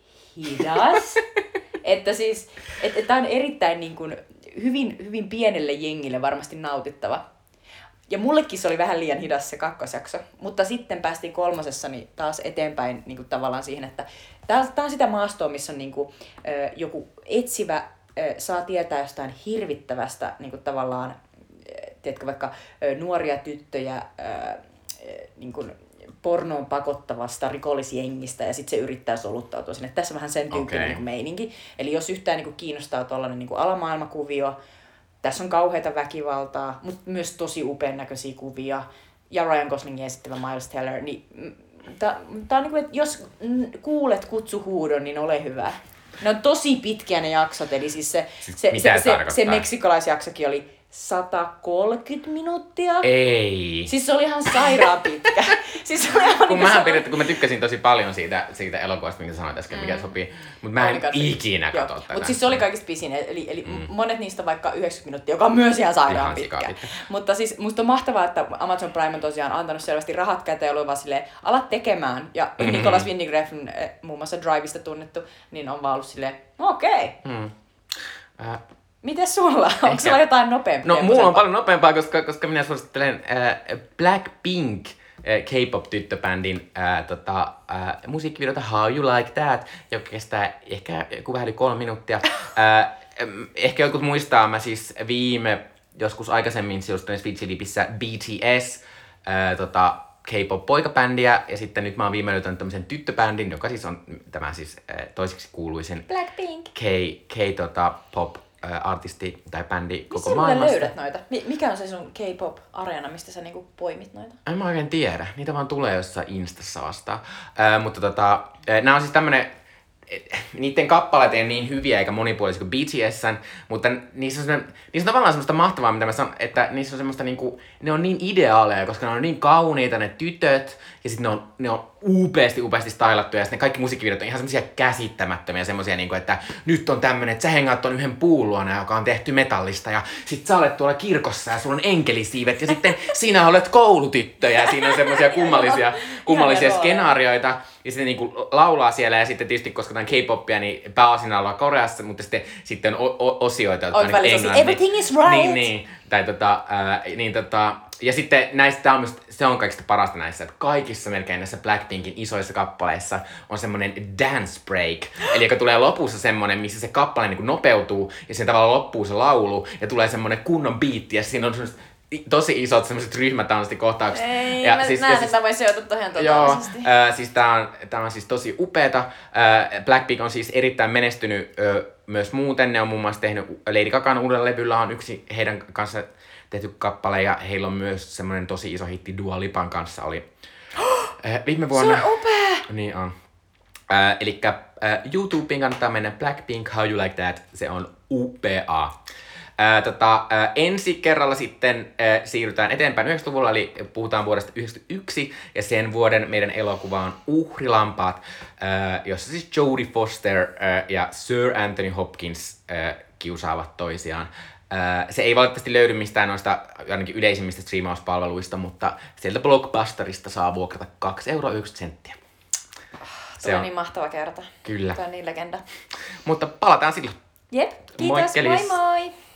hidas, että siis, että tää on erittäin niin kuin, hyvin, hyvin pienelle jengille varmasti nautittava. Ja mullekin se oli vähän liian hidas se kakkosjakso, mutta sitten päästiin kolmosessa niin taas eteenpäin niin kuin tavallaan siihen, että tää, tää on sitä maastoa, missä on niin kuin, ö, joku etsivä ö, saa tietää jostain hirvittävästä niin kuin tavallaan, ö, tiedätkö, vaikka ö, nuoria tyttöjä ö, ö, niin kuin pornoon pakottavasta rikollisjengistä ja sitten se yrittää soluttautua sinne. Tässä on vähän sen tyyppinen Okay. niin kuin meininki. Eli jos yhtään niin kuin kiinnostaa tuollainen niin kuin alamaailmakuvio, tässä on kauheita väkivaltaa, mutta myös tosi upean näköisiä kuvia. Ja Ryan Goslingin esittävä Miles Teller. Niin, tää, tää on niin kuin, että jos kuulet kutsuhuudon, niin ole hyvä. Ne on tosi pitkiä ne jaksot, eli siis se, Siis se, mitä se, se, tarkoittaa? se meksikolaisjaksokin oli sata kolmekymmentä minuuttia. Ei. Siis se oli ihan sairaan pitkä. siis se oli ihan Kun, niin mähän se- pidetty, kun mä tykkäsin tosi paljon siitä, siitä elokuvasta, minkä sanoit äsken, mikä sopii, mutta mä en Oli kanssa- ikinä Joo. katso tätä. Mut siis se oli kaikista pisin, eli, eli mm. monet niistä on vaikka yhdeksänkymmentä minuuttia, joka on myös ihan sairaan Ihan pitkä. sikapitkä. Mutta siis musta on mahtavaa, että Amazon Prime on tosiaan antanut selvästi rahat käteen ja ollut vaan silleen, ala tekemään. Ja Mhm. Nicolas Winding Refn, eh, muun muassa Driveista tunnettu, niin on vaan ollut silleen, no okei, okay. Mm. Äh, mites sulla? Onko sulla jotain nopeampaa? no mulla on paljon nopeampaa, koska, koska minä suosittelen äh, Blackpink, äh, K-pop-tyttöbändin äh, tota, äh, musiikkivideota How You Like That, joka kestää ehkä joku vähän yli kolme minuuttia. äh, em, ehkä jotkut muistaa, mä siis viime, joskus aikaisemmin sijoistuin Switchilipissä B T S, äh, tota, K-pop-poikabändiä, ja sitten nyt mä oon viime löytänyt tämmöisen tyttöbändin, joka siis on tämä siis äh, toiseksi kuuluisin Blackpink. K, K tota, pop äh, artisti tai bändi koko Missä mulle maailmasta. löydät noita? Mi- Mikä on se sun K-pop-areena, mistä sä niinku poimit noita? En mä oikein tiedä. Niitä vaan tulee jossain Instassa vastaan. Äh, mutta tota, äh, nää on siis tämmönen, äh, niiden kappaleet ei ole niin hyviä eikä monipuolisia kuin B T S:n, mutta niissä on, niissä on tavallaan semmoista mahtavaa, mitä mä sanon, että niissä on semmoista niinku, ne on niin ideaaleja, koska ne on niin kauniita ne tytöt, ja sitten ne on, ne on upeasti, upeasti stylattuja, ja sitten ne kaikki musiikkivideot on ihan semmosia käsittämättömiä, semmosia niinku, että nyt on tämmönen, että sä hengaat ton yhden puun luona, joka on tehty metallista, ja sit sä olet tuolla kirkossa, ja sulla on enkelisiivet, ja sitten sinä olet koulutyttö, ja siinä on semmosia kummallisia, kummallisia rooleja. skenaarioita, ja sitten niinku laulaa siellä, ja sitten tietysti, koska tää on K-popia, niin pääosin laulaa Koreassa, mutta sitten, sitten on o- o- osioita, jotka Oot on välissä englanti. everything is right. Niin, niin. Tai tota, ää, niin tota, ja sitten näistä, tää on myös, se on kaikista parasta näissä, että kaikissa melkein näissä Blackpinkin isoissa kappaleissa on semmonen dance break. Eli joka tulee lopussa semmonen, missä se kappale niin kuin nopeutuu, ja sen tavalla loppuu se laulu, ja tulee semmonen kunnon biitti, ja siinä on semmoset i- tosi isot semmoset ryhmätanssikohtaukset. Ei, ja mä siis, näen, ja siis, että mä voin seurata tohon Joo, totaalisesti. äh, siis tää on, tää on siis tosi upeeta. Äh, Blackpink on siis erittäin menestynyt äh, myös muuten. Ne on muun muassa tehnyt Lady Gagan uudella levyllä on yksi heidän kanssa tehty kappale, ja heillä on myös semmoinen tosi iso hitti Dua Lipan kanssa oli äh, viime vuonna. Se on upea! Niin on. Äh, elikkä äh, YouTubeen kannattaa mennä Blackpink, How You Like That, se on upeaa. Ää, tota, ää, ensi kerralla sitten ää, siirrytään eteenpäin yhdeksänkymmentäluvulla, eli puhutaan vuodesta yhdeksänkymmentäyksi, ja sen vuoden meidän elokuva on Uhrilampaat, ää, jossa siis Jodie Foster ää, ja Sir Anthony Hopkins ää, kiusaavat toisiaan. Ää, se ei valitettavasti löydy mistään noista ainakin yleisimmistä striimauspalveluista, mutta sieltä Blockbusterista saa vuokrata kaksi euroa yhdeksänkymmentä senttiä. Se on niin mahtava kerta. Kyllä. Tämä on niin legenda. Mutta palataan silloin. Jep, kiitos, Moikkelis. moi moi!